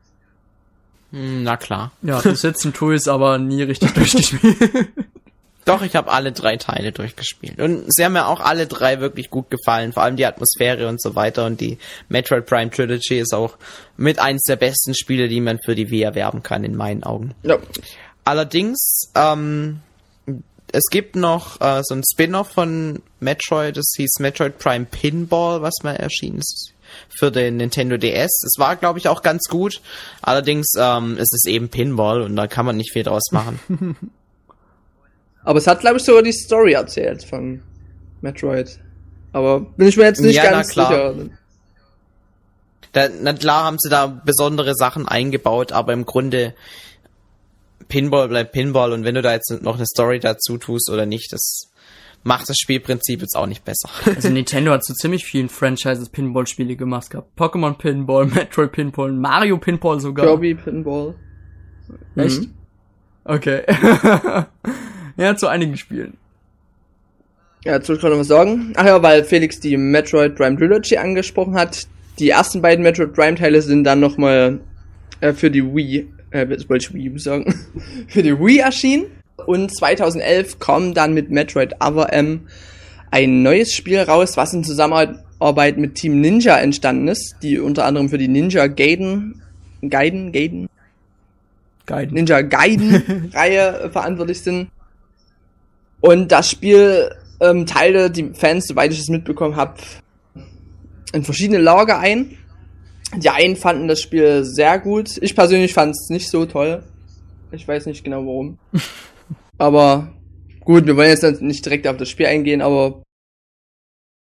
Na klar. Ja, besitzen tue ich es aber nie richtig durchgespielt. Doch, ich habe alle drei Teile durchgespielt. Und sie haben mir auch alle drei wirklich gut gefallen. Vor allem die Atmosphäre und so weiter. Und die Metroid Prime Trilogy ist auch mit eins der besten Spiele, die man für die Wii erwerben kann, in meinen Augen. Ja. Allerdings, ähm, es gibt noch äh, so ein Spin-off von Metroid, das hieß Metroid Prime Pinball, was mal erschienen ist für den Nintendo D S. Es war, glaube ich, auch ganz gut. Allerdings ähm, ist es eben Pinball und da kann man nicht viel draus machen. Aber es hat, glaube ich, sogar die Story erzählt von Metroid. Aber bin ich mir jetzt nicht Ja, ganz na klar. sicher. Da, na klar haben sie da besondere Sachen eingebaut, aber im Grunde Pinball bleibt Pinball und wenn du da jetzt noch eine Story dazu tust oder nicht, das macht das Spielprinzip jetzt auch nicht besser. Also Nintendo hat zu ziemlich vielen Franchises Pinball-Spiele gemacht gehabt. Pokémon Pinball, Metroid Pinball, Mario Pinball sogar. Kirby Pinball. Echt? Mhm. Okay. Ja, zu einigen Spielen. Ja, jetzt wollte ich gerade noch was sagen. Ach ja, weil Felix die Metroid Prime Trilogy angesprochen hat. Die ersten beiden Metroid Prime Teile sind dann nochmal äh, für die Wii, äh, jetzt wollte ich Wii U sagen, für die Wii erschienen. Und zweitausendelf kam dann mit Metroid Other M ein neues Spiel raus, was in Zusammenarbeit mit Team Ninja entstanden ist, die unter anderem für die Ninja Gaiden, Gaiden, Gaiden? Gaiden. Ninja Gaiden Reihe verantwortlich sind. Und das Spiel ähm, teilte die Fans, soweit ich es mitbekommen habe, in verschiedene Lager ein. Die einen fanden das Spiel sehr gut. Ich persönlich fand es nicht so toll. Ich weiß nicht genau warum. Aber gut, wir wollen jetzt nicht direkt auf das Spiel eingehen, aber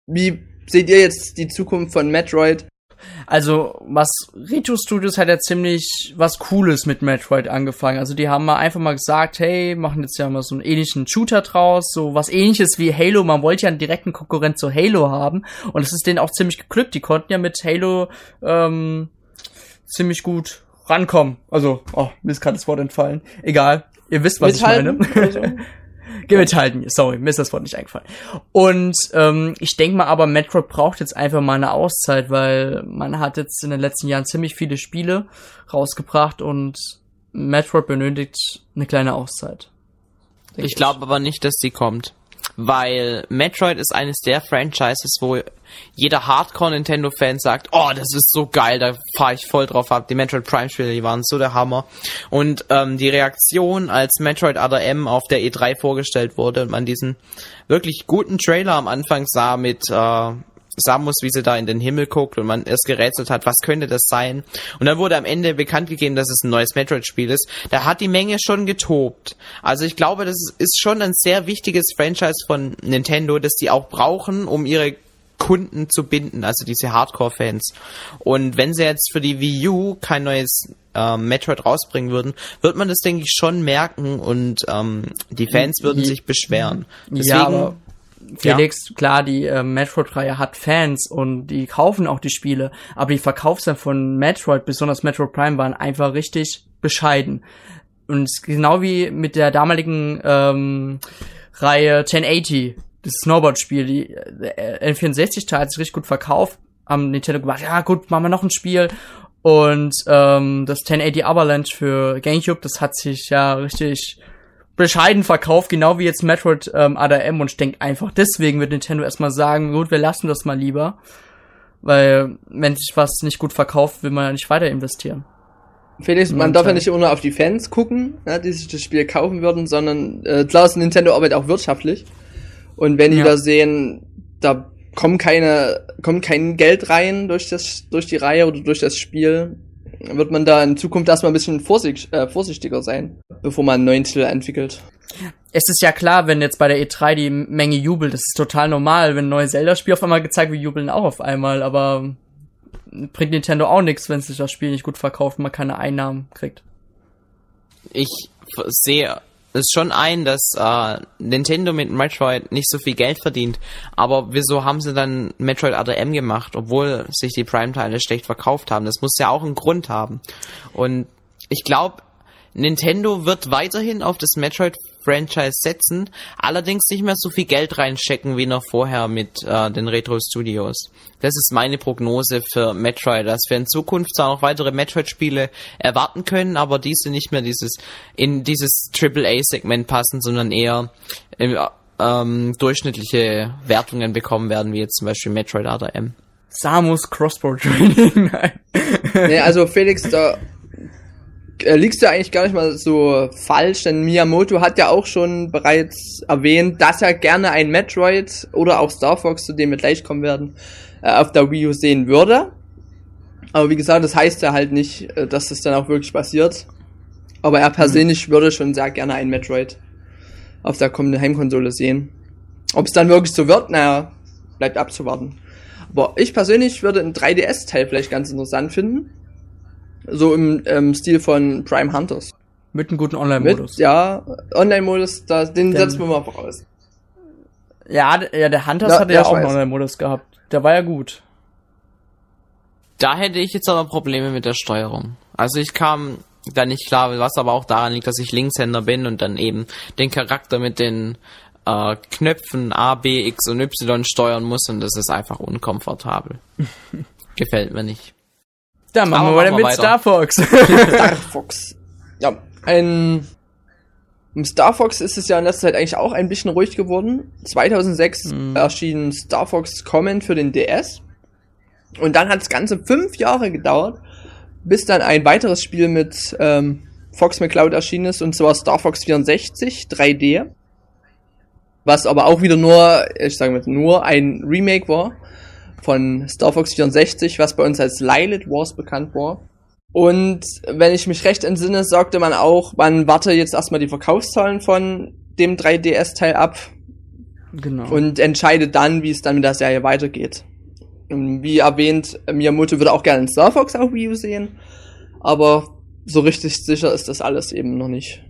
wie seht ihr jetzt die Zukunft von Metroid? Also, was Retro Studios hat ja ziemlich was Cooles mit Metroid angefangen. Also, die haben mal einfach mal gesagt, hey, machen jetzt ja mal so einen ähnlichen Shooter draus, so was ähnliches wie Halo. Man wollte ja einen direkten Konkurrent zu Halo haben. Und es ist denen auch ziemlich geglückt. Die konnten ja mit Halo ähm, ziemlich gut rankommen. Also, oh, mir ist gerade das Wort entfallen. Egal, ihr wisst, was Mithalten, ich meine. also. Mithalten, sorry, mir ist das Wort nicht eingefallen. Und ähm, ich denke mal aber, Metroid braucht jetzt einfach mal eine Auszeit, weil man hat jetzt in den letzten Jahren ziemlich viele Spiele rausgebracht und Metroid benötigt eine kleine Auszeit. Ich glaube aber nicht, dass sie kommt. Weil Metroid ist eines der Franchises, wo jeder Hardcore-Nintendo-Fan sagt, oh, das ist so geil, da fahre ich voll drauf ab. Die Metroid Prime-Spiele, die waren so der Hammer. Und ähm, die Reaktion, als Metroid Other M auf der E drei vorgestellt wurde und man diesen wirklich guten Trailer am Anfang sah mit äh, Samus, wie sie da in den Himmel guckt und man erst gerätselt hat, was könnte das sein? Und dann wurde am Ende bekannt gegeben, dass es ein neues Metroid-Spiel ist. Da hat die Menge schon getobt. Also ich glaube, das ist schon ein sehr wichtiges Franchise von Nintendo, das die auch brauchen, um ihre Kunden zu binden, also diese Hardcore-Fans. Und wenn sie jetzt für die Wii U kein neues ähm, Metroid rausbringen würden, wird man das, denke ich, schon merken und ähm, die Fans würden sich beschweren. Deswegen, ja, aber Felix, ja. Klar, die äh, Metroid-Reihe hat Fans und die kaufen auch die Spiele, aber die Verkaufszahlen von Metroid, besonders Metroid Prime, waren einfach richtig bescheiden. Und genau wie mit der damaligen ähm, Reihe tausendachtzig, das Snowboard-Spiel, die äh, N vierundsechzig-Teil hat sich richtig gut verkauft, haben Nintendo gemacht, ja gut, machen wir noch ein Spiel. Und ähm, das tausendachtzig Avalanche für GameCube, das hat sich ja richtig bescheiden verkauft, genau wie jetzt Metroid ähm, Other M, und ich denke einfach, deswegen wird Nintendo erstmal sagen, gut, wir lassen das mal lieber, weil wenn sich was nicht gut verkauft, will man ja nicht weiter investieren. Felix, man und darf ja nicht immer nur auf die Fans gucken, ja, die sich das Spiel kaufen würden, sondern äh, klar ist Nintendo arbeitet auch wirtschaftlich, und wenn die ja. da sehen, da kommen keine, kommt kein Geld rein durch das, durch die Reihe oder durch das Spiel, wird man da in Zukunft erstmal ein bisschen vorsichtig, äh, vorsichtiger sein, bevor man einen neuen Titel entwickelt. Es ist ja klar, wenn jetzt bei der E drei die Menge jubelt, das ist total normal, wenn ein neues Zelda-Spiel auf einmal gezeigt wird, jubeln auch auf einmal, aber bringt Nintendo auch nichts, wenn sich das Spiel nicht gut verkauft und man keine Einnahmen kriegt. Ich sehe es schon ein, dass äh, Nintendo mit Metroid nicht so viel Geld verdient, aber wieso haben sie dann Metroid Other M gemacht, obwohl sich die Prime-Teile schlecht verkauft haben? Das muss ja auch einen Grund haben. Und ich glaube, Nintendo wird weiterhin auf das Metroid-Franchise setzen, allerdings nicht mehr so viel Geld reinstecken wie noch vorher mit äh, den Retro-Studios. Das ist meine Prognose für Metroid, dass wir in Zukunft zwar noch weitere Metroid-Spiele erwarten können, aber diese nicht mehr dieses in dieses Triple A-Segment passen, sondern eher äh, ähm, durchschnittliche Wertungen bekommen werden, wie jetzt zum Beispiel Metroid Other M. Samus Crossbow Training. Nein. Nee, also Felix, da äh, liegst du eigentlich gar nicht mal so falsch, denn Miyamoto hat ja auch schon bereits erwähnt, dass er gerne ein Metroid oder auch Star Fox, zu dem wir gleich kommen werden, äh, auf der Wii U sehen würde. Aber wie gesagt, das heißt ja halt nicht, äh, dass das dann auch wirklich passiert. Aber er persönlich mhm. würde schon sehr gerne ein Metroid auf der kommenden Heimkonsole sehen. Ob es dann wirklich so wird, naja, bleibt abzuwarten. Aber ich persönlich würde einen drei D S-Teil vielleicht ganz interessant finden. So im ähm, Stil von Prime Hunters. Mit einem guten Online-Modus. Mit, ja, Online-Modus, da, den Denn, setzen wir mal voraus. Ja, ja, der Hunters ja, hatte ja auch einen Online-Modus gehabt. Der war ja gut. Da hätte ich jetzt aber Probleme mit der Steuerung. Also ich kam da nicht klar, was aber auch daran liegt, dass ich Linkshänder bin und dann eben den Charakter mit den äh, Knöpfen A, B, X und Y steuern muss, und das ist einfach unkomfortabel. Gefällt mir nicht. Dann machen aber wir weiter mit weiter. Star Fox. Star Fox. Ja, ein um Star Fox ist es ja in letzter Zeit eigentlich auch ein bisschen ruhig geworden. zweitausendsechs hm. erschien Star Fox Command für den D S. Und dann hat es ganze fünf Jahre gedauert, bis dann ein weiteres Spiel mit ähm, Fox McCloud erschienen ist, und zwar Star Fox vierundsechzig drei D. Was aber auch wieder nur, ich sage mal, nur ein Remake war von Star Fox vierundsechzig, was bei uns als Lilith Wars bekannt war. Und wenn ich mich recht entsinne, sagte man auch, man warte jetzt erstmal die Verkaufszahlen von dem drei D S-Teil ab, Genau. Und entscheidet dann, wie es dann mit der Serie weitergeht. Und wie erwähnt, Miyamoto würde auch gerne in Star Fox auf Wii U sehen, aber so richtig sicher ist das alles eben noch nicht.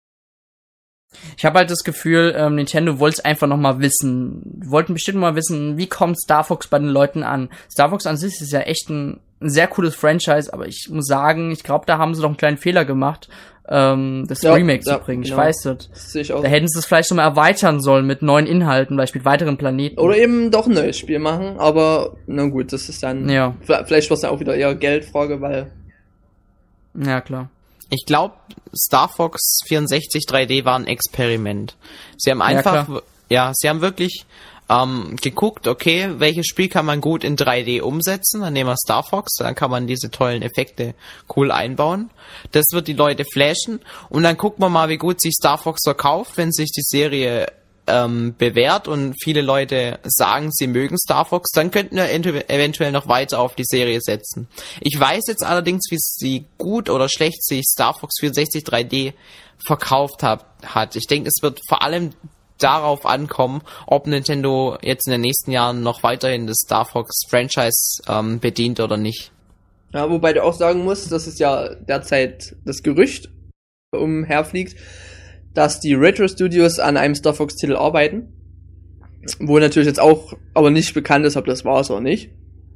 Ich habe halt das Gefühl, ähm, Nintendo wollte es einfach noch mal wissen. Wollten bestimmt mal wissen, wie kommt Star Fox bei den Leuten an. Star Fox an sich ist ja echt ein, ein sehr cooles Franchise, aber ich muss sagen, ich glaube, da haben sie doch einen kleinen Fehler gemacht, ähm, das ja, Remake ja, zu bringen. genau. Ich weiß das. Das sehe ich auch. Da hätten sie es vielleicht noch mal erweitern sollen mit neuen Inhalten, vielleicht mit weiteren Planeten. Oder eben doch ein neues Spiel machen, aber na gut, das ist dann, ja. Vielleicht war es dann auch wieder eher Geldfrage, weil... Ja, klar. Ich glaube, Star Fox vierundsechzig drei D war ein Experiment. Sie haben einfach, ja, ja sie haben wirklich ähm, geguckt, okay, welches Spiel kann man gut in drei D umsetzen? Dann nehmen wir Star Fox, dann kann man diese tollen Effekte cool einbauen. Das wird die Leute flashen und dann gucken wir mal, wie gut sich Star Fox verkauft, wenn sich die Serie ähm, bewährt und viele Leute sagen, sie mögen Star Fox, dann könnten wir eventuell noch weiter auf die Serie setzen. Ich weiß jetzt allerdings, wie sie gut oder schlecht sich Star Fox vierundsechzig drei D verkauft hat. hat. Ich denke, es wird vor allem darauf ankommen, ob Nintendo jetzt in den nächsten Jahren noch weiterhin das Star Fox Franchise ähm, bedient oder nicht. Ja, wobei du auch sagen musst, dass es ja derzeit das Gerücht umherfliegt, dass die Retro Studios an einem Star Fox Titel arbeiten, wo natürlich jetzt auch aber nicht bekannt ist, ob das war oder nicht,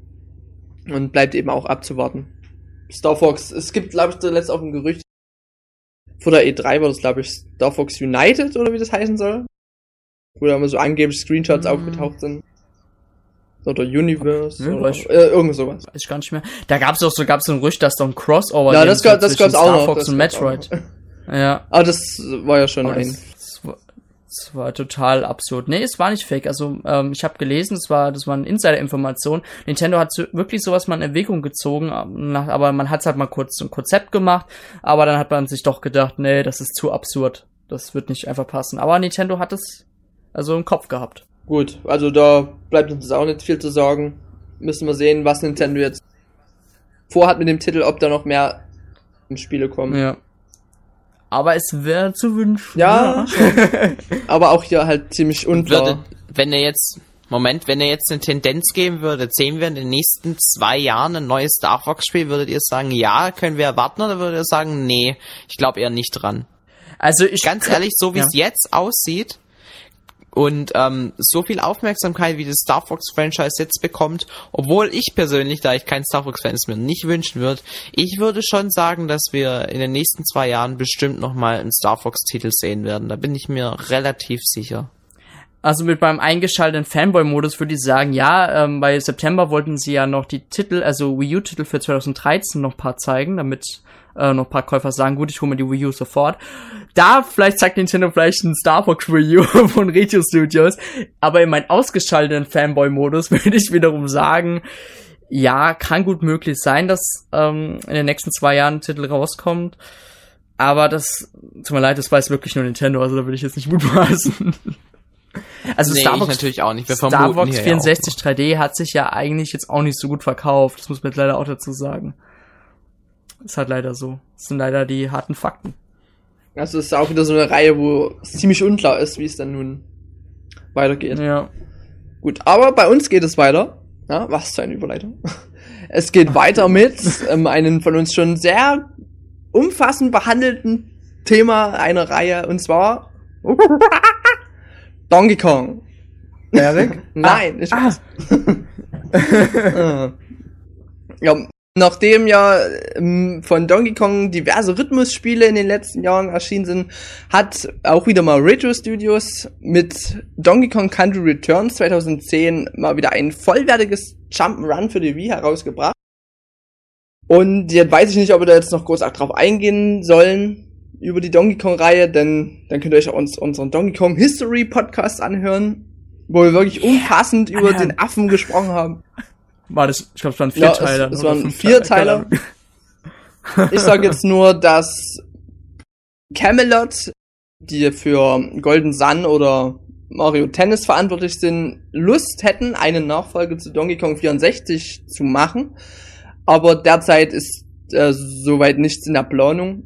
und bleibt eben auch abzuwarten. Star Fox, es gibt, glaube ich, zuletzt auch ein Gerücht, vor der E drei war das, glaube ich, Star Fox United oder wie das heißen soll, wo da immer so angeblich Screenshots mm. aufgetaucht sind. Oder Universe ja, oder äh, irgend sowas. Weiß ich gar nicht mehr. Da gab's doch so, gab's so ein Gerücht, dass doch ein Crossover ja, das gab, das gab's auch Star noch, Fox das und Metroid. Ja. Aber das war ja schon Aber ein... Das, das, war, das war total absurd. Nee, es war nicht fake. Also, ähm, ich habe gelesen, es war, das war eine Insider-Information. Nintendo hat so, wirklich sowas mal in Erwägung gezogen, nach, aber man hat's halt mal kurz ein Konzept gemacht, aber dann hat man sich doch gedacht, nee, das ist zu absurd. Das wird nicht einfach passen. Aber Nintendo hat es also im Kopf gehabt. Gut, also da bleibt uns auch nicht viel zu sagen. Müssen wir sehen, was Nintendo jetzt vorhat mit dem Titel, ob da noch mehr Spiele kommen. Ja. Aber es wäre zu wünschen. Ja, ja. Aber auch hier halt ziemlich unklar. Würde, wenn er jetzt, Moment, wenn er jetzt eine Tendenz geben würde, sehen wir in den nächsten zwei Jahren ein neues Star Fox Spiel, würdet ihr sagen, ja, können wir erwarten, oder würdet ihr sagen, nee, ich glaube eher nicht dran? Also ich ganz ehrlich, so wie ja. es jetzt aussieht und ähm, so viel Aufmerksamkeit, wie das Star Fox Franchise jetzt bekommt, obwohl ich persönlich, da ich kein Star Fox Fan ist, mir nicht wünschen würde, ich würde schon sagen, dass wir in den nächsten zwei Jahren bestimmt nochmal einen Star Fox Titel sehen werden. Da bin ich mir relativ sicher. Also mit meinem eingeschalteten Fanboy-Modus würde ich sagen, ja, ähm, bei September wollten sie ja noch die Titel, also Wii U-Titel für zwanzig dreizehn noch ein paar zeigen, damit äh, noch ein paar Käufer sagen, gut, ich hole mir die Wii U sofort. Da vielleicht zeigt Nintendo vielleicht ein Star Fox Wii U von Retro Studios, aber in meinem ausgeschalteten Fanboy-Modus würde ich wiederum sagen, ja, kann gut möglich sein, dass ähm, in den nächsten zwei Jahren ein Titel rauskommt, aber das, tut mir leid, das weiß wirklich nur Nintendo, also da würde ich jetzt nicht mutmaßen. Also nee, Star Fox, natürlich auch nicht. Wir Star Fox vierundsechzig drei D hat sich ja eigentlich jetzt auch nicht so gut verkauft. Das muss man jetzt leider auch dazu sagen. Ist halt leider so. Das sind leider die harten Fakten. Also es ist auch wieder so eine Reihe, wo es ziemlich unklar ist, wie es dann nun weitergeht. Ja. Gut, aber bei uns geht es weiter. Ja, was für eine Überleitung. Es geht weiter mit ähm, einem von uns schon sehr umfassend behandelten Thema einer Reihe, und zwar Donkey Kong. Erik? Nein, ah, ich weiß. Ah. Ja, nachdem ja ähm, von Donkey Kong diverse Rhythmusspiele in den letzten Jahren erschienen sind, hat auch wieder mal Retro Studios mit Donkey Kong Country Returns zwanzig zehn mal wieder ein vollwertiges Jump'n'Run für die Wii herausgebracht. Und jetzt weiß ich nicht, ob wir da jetzt noch groß drauf eingehen sollen über die Donkey Kong-Reihe, denn dann könnt ihr euch auch uns, unseren Donkey Kong History Podcast anhören, wo wir wirklich yeah. umfassend über ja. den Affen gesprochen haben. War das, ich glaube, es waren vier Ja, Teile. es, es waren vier Teile. Ich sage jetzt nur, dass Camelot, die für Golden Sun oder Mario Tennis verantwortlich sind, Lust hätten, eine Nachfolge zu Donkey Kong vierundsechzig zu machen. Aber derzeit ist äh, soweit nichts in der Planung.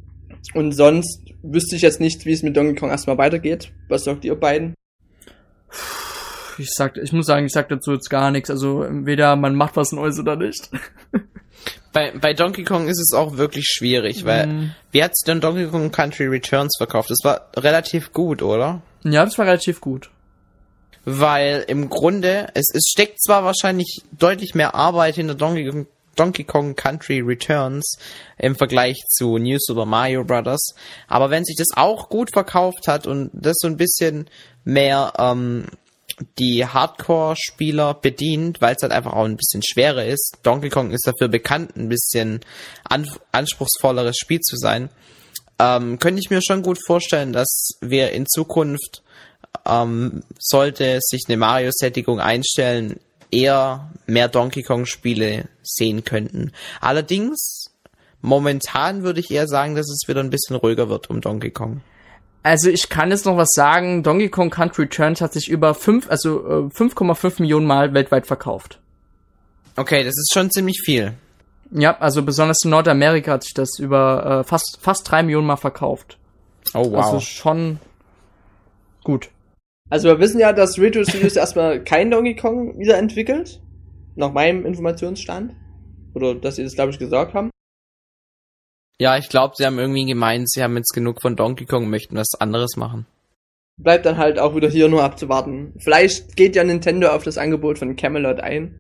Und sonst wüsste ich jetzt nicht, wie es mit Donkey Kong erstmal weitergeht. Was sagt ihr beiden? Ich sag, ich muss sagen, ich sag dazu jetzt gar nichts. Also entweder man macht was Neues oder nicht. Bei, bei Donkey Kong ist es auch wirklich schwierig, weil mm. wie hat sich denn Donkey Kong Country Returns verkauft? Das war relativ gut, oder? Ja, das war relativ gut. Weil im Grunde, es, es steckt zwar wahrscheinlich deutlich mehr Arbeit hinter Donkey Kong, Donkey Kong Country Returns im Vergleich zu New Super Mario Bros., aber wenn sich das auch gut verkauft hat und das so ein bisschen mehr ähm, die Hardcore-Spieler bedient, weil es halt einfach auch ein bisschen schwerer ist. Donkey Kong ist dafür bekannt, ein bisschen an, anspruchsvolleres Spiel zu sein. Ähm, könnte ich mir schon gut vorstellen, dass wir in Zukunft, ähm, sollte sich eine Mario-Sättigung einstellen, eher mehr Donkey Kong-Spiele sehen könnten. Allerdings, momentan würde ich eher sagen, dass es wieder ein bisschen ruhiger wird um Donkey Kong. Also ich kann jetzt noch was sagen, Donkey Kong Country Returns hat sich über fünf, also fünf Komma fünf Millionen Mal weltweit verkauft. Okay, das ist schon ziemlich viel. Ja, also besonders in Nordamerika hat sich das über äh, fast fast drei Millionen Mal verkauft. Oh wow. Also schon gut. Also wir wissen ja, dass Retro Studios erstmal kein Donkey Kong wiederentwickelt, nach meinem Informationsstand. Oder dass sie das, glaube ich, gesagt haben. Ja, ich glaube, sie haben irgendwie gemeint, sie haben jetzt genug von Donkey Kong und möchten was anderes machen. Bleibt dann halt auch wieder hier nur abzuwarten. Vielleicht geht ja Nintendo auf das Angebot von Camelot ein.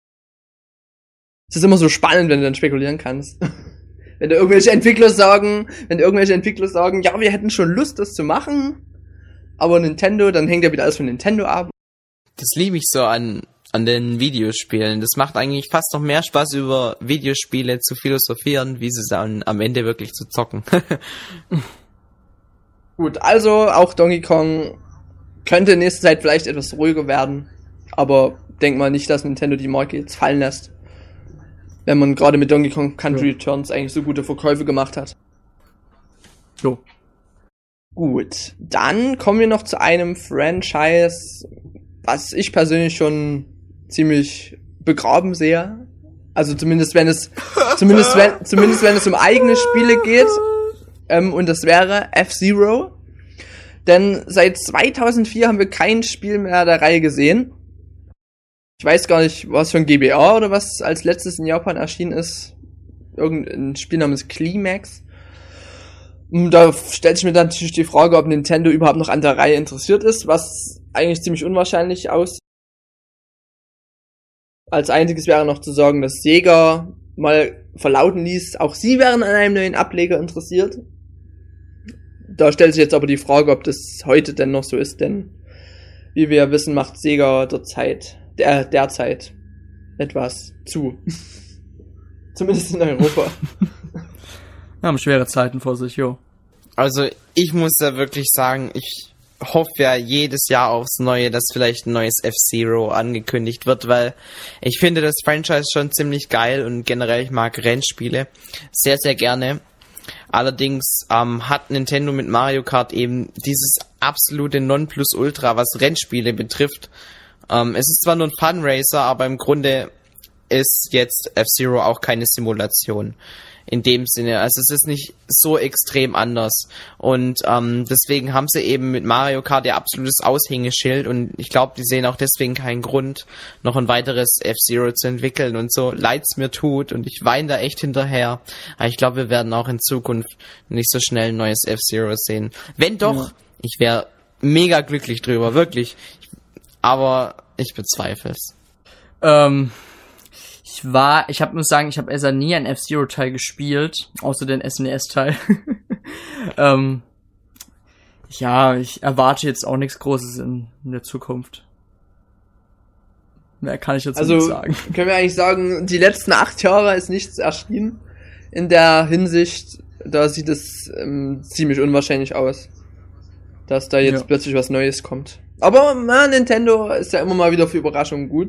Es ist immer so spannend, wenn du dann spekulieren kannst. Wenn da irgendwelche Entwickler sagen, wenn irgendwelche Entwickler sagen, ja, wir hätten schon Lust, das zu machen, aber Nintendo, dann hängt ja wieder alles von Nintendo ab. Das liebe ich so an an den Videospielen. Das macht eigentlich fast noch mehr Spaß, über Videospiele zu philosophieren, wie sie es dann am Ende wirklich zu zocken. Gut, also auch Donkey Kong könnte in nächster Zeit vielleicht etwas ruhiger werden, aber denk mal nicht, dass Nintendo die Marke jetzt fallen lässt, wenn man gerade mit Donkey Kong Country ja. Returns eigentlich so gute Verkäufe gemacht hat. Jo. Gut, dann kommen wir noch zu einem Franchise, was ich persönlich schon ziemlich begraben sehe. Also zumindest wenn es zumindest wenn zumindest wenn es um eigene Spiele geht. Ähm, und das wäre F-Zero. Denn seit zweitausendvier haben wir kein Spiel mehr der Reihe gesehen. Ich weiß gar nicht, was für ein G B A oder was als letztes in Japan erschienen ist. Irgendein Spiel namens Climax. Und da stellt sich mir dann natürlich die Frage, ob Nintendo überhaupt noch an der Reihe interessiert ist, was eigentlich ziemlich unwahrscheinlich aussieht. Als einziges wäre noch zu sagen, dass Sega mal verlauten ließ, auch sie wären an einem neuen Ableger interessiert. Da stellt sich jetzt aber die Frage, ob das heute denn noch so ist, denn wie wir ja wissen, macht Sega derzeit, der, derzeit etwas zu. Zumindest in Europa. Wir haben schwere Zeiten vor sich, jo. Also ich muss ja wirklich sagen, ich hoffe ja jedes Jahr aufs Neue, dass vielleicht ein neues F-Zero angekündigt wird, weil ich finde das Franchise schon ziemlich geil und generell ich mag Rennspiele sehr, sehr gerne. Allerdings ähm, hat Nintendo mit Mario Kart eben dieses absolute Nonplusultra, was Rennspiele betrifft. Ähm, es ist zwar nur ein Fun-Racer, aber im Grunde ist jetzt F-Zero auch keine Simulation. In dem Sinne, also es ist nicht so extrem anders und ähm, deswegen haben sie eben mit Mario Kart ihr absolutes Aushängeschild und ich glaube, die sehen auch deswegen keinen Grund, noch ein weiteres F-Zero zu entwickeln und so leid's mir tut und ich weine da echt hinterher, aber ich glaube, wir werden auch in Zukunft nicht so schnell ein neues F-Zero sehen. Wenn doch, ja. Ich wäre mega glücklich drüber, wirklich, aber ich bezweifle es. Ähm... Ich war, ich hab, muss sagen, ich habe also nie einen F-Zero-Teil gespielt, außer den S N E S-Teil. ähm, ja, ich erwarte jetzt auch nichts Großes in, in der Zukunft. Mehr kann ich jetzt also, nicht sagen. Können wir eigentlich sagen, die letzten acht Jahre ist nichts erschienen. In der Hinsicht, da sieht es ähm, ziemlich unwahrscheinlich aus, dass da jetzt ja. plötzlich was Neues kommt. Aber na, Nintendo ist ja immer mal wieder für Überraschungen gut.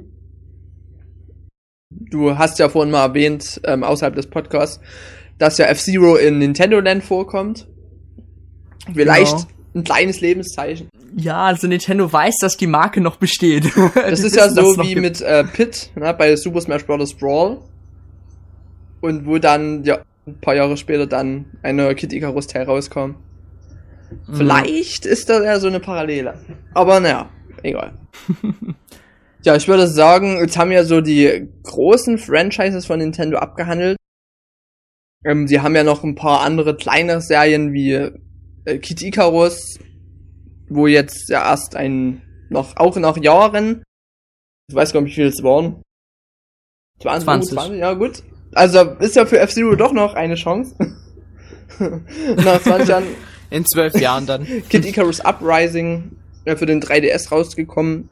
Du hast ja vorhin mal erwähnt, ähm, außerhalb des Podcasts, dass ja F-Zero in Nintendo Land vorkommt. Vielleicht genau. Ein kleines Lebenszeichen. Ja, also Nintendo weiß, dass die Marke noch besteht. Das ist ja so wie mit äh, Pit, ne, bei Super Smash Bros. Brawl. Und wo dann, ja, ein paar Jahre später dann ein neuer Kid Icarus Teil rauskam. Mhm. Vielleicht ist da ja so eine Parallele. Aber naja, egal. Ja, ich würde sagen, jetzt haben wir so die großen Franchises von Nintendo abgehandelt. Ähm, sie haben ja noch ein paar andere kleine Serien wie äh, Kid Icarus, wo jetzt ja erst ein, noch, auch nach Jahren, ich weiß gar nicht, wie viele es waren. zwanzig, zwanzig. zwanzig, ja gut. Also ist ja für F-Zero doch noch eine Chance. Nach zwanzig Jahren. In zwölf Jahren dann. Kid Icarus Uprising, ja, für den drei D S rausgekommen.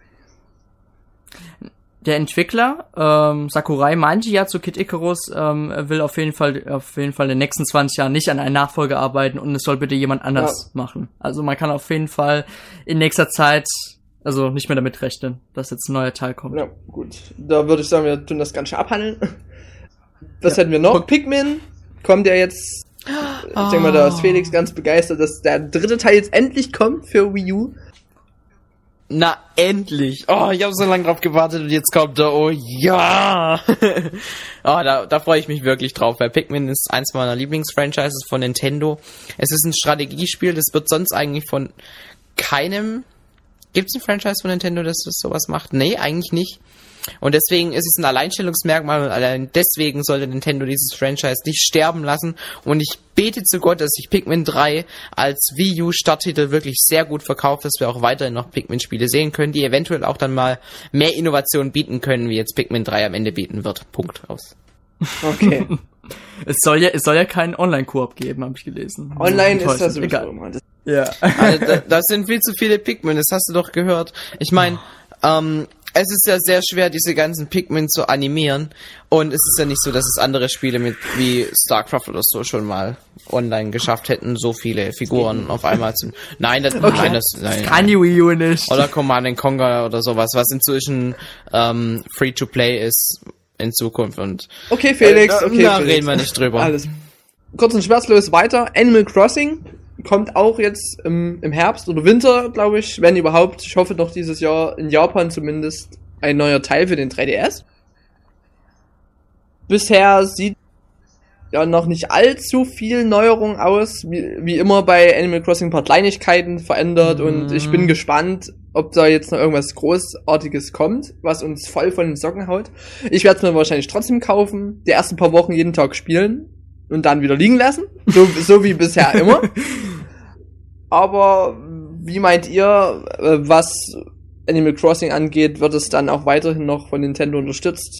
Der Entwickler, ähm, Sakurai, meinte ja zu Kid Icarus, ähm, er will auf jeden Fall, auf jeden Fall in den nächsten zwanzig Jahren nicht an einer Nachfolge arbeiten und es soll bitte jemand anders ja. machen. Also man kann auf jeden Fall in nächster Zeit, also nicht mehr damit rechnen, dass jetzt ein neuer Teil kommt. Ja, gut. Da würde ich sagen, wir tun das Ganze abhandeln. Was ja. hätten wir noch? Pikmin kommt ja jetzt, oh. ich denke mal, da ist Felix ganz begeistert, dass der dritte Teil jetzt endlich kommt für Wii U. Na, endlich. Oh, ich habe so lange drauf gewartet und jetzt kommt er. Oh, ja. oh, da, da freue ich mich wirklich drauf, weil Pikmin ist eins meiner Lieblingsfranchises von Nintendo. Es ist ein Strategiespiel, das wird sonst eigentlich von keinem... Gibt's ein Franchise von Nintendo, das, das sowas macht? Nee, eigentlich nicht. Und deswegen ist es ein Alleinstellungsmerkmal und allein deswegen sollte Nintendo dieses Franchise nicht sterben lassen. Und ich bete zu Gott, dass sich Pikmin drei als Wii U Starttitel wirklich sehr gut verkauft, dass wir auch weiterhin noch Pikmin-Spiele sehen können, die eventuell auch dann mal mehr Innovation bieten können, wie jetzt Pikmin drei am Ende bieten wird. Punkt aus. Okay. es soll ja, es soll ja keinen Online-Koop geben, habe ich gelesen. Online ist das sowieso immer. Ja. Also, da, das sind viel zu viele Pikmin, das hast du doch gehört. Ich meine, ähm, es ist ja sehr schwer, diese ganzen Pikmin zu animieren. Und es ist ja nicht so, dass es andere Spiele mit wie StarCraft oder so schon mal online geschafft hätten, so viele Figuren auf einmal zu... Nein, das, okay. nein, das nein, kann die Wii U nicht. Oder Command and Conquer oder sowas, was inzwischen ähm, Free-to-Play ist in Zukunft. Und okay, Felix, äh, okay, da Felix. reden wir nicht drüber. Alles. Kurz und schmerzlos weiter. Animal Crossing kommt auch jetzt im, im Herbst oder Winter, glaube ich, wenn überhaupt. Ich hoffe noch dieses Jahr in Japan zumindest ein neuer Teil für den drei D S. Bisher sieht ja noch nicht allzu viel Neuerung aus. Wie, wie immer bei Animal Crossing ein paar Kleinigkeiten verändert mhm. und ich bin gespannt, ob da jetzt noch irgendwas Großartiges kommt, was uns voll von den Socken haut. Ich werde es mir wahrscheinlich trotzdem kaufen, die ersten paar Wochen jeden Tag spielen und dann wieder liegen lassen. So, so wie bisher immer. Aber wie meint ihr, was Animal Crossing angeht, wird es dann auch weiterhin noch von Nintendo unterstützt?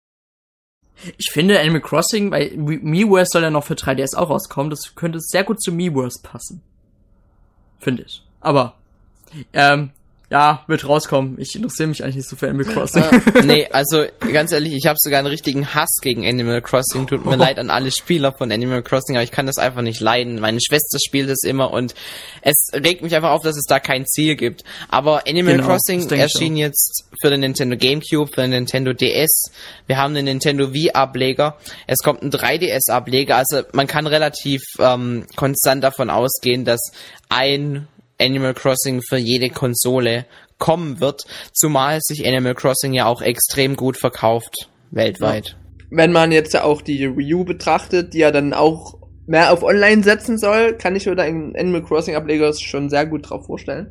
Ich finde Animal Crossing, weil Miiverse soll ja noch für drei D S auch rauskommen, das könnte sehr gut zu Miiverse passen. Finde ich. Aber, ähm, ja, wird rauskommen. Ich interessiere mich eigentlich nicht so für Animal Crossing. Ah, nee, also ganz ehrlich, ich habe sogar einen richtigen Hass gegen Animal Crossing. Tut mir oh. leid an alle Spieler von Animal Crossing, aber ich kann das einfach nicht leiden. Meine Schwester spielt es immer und es regt mich einfach auf, dass es da kein Ziel gibt. Aber Animal genau, Crossing erschien jetzt für den Nintendo GameCube, für den Nintendo D S. Wir haben den Nintendo Wii-Ableger. Es kommt ein drei D S-Ableger. Also man kann relativ ähm, konstant davon ausgehen, dass ein Animal Crossing für jede Konsole kommen wird, zumal sich Animal Crossing ja auch extrem gut verkauft, weltweit. Ja. Wenn man jetzt ja auch die Wii U betrachtet, die ja dann auch mehr auf Online setzen soll, kann ich mir da einen Animal Crossing Ableger schon sehr gut drauf vorstellen.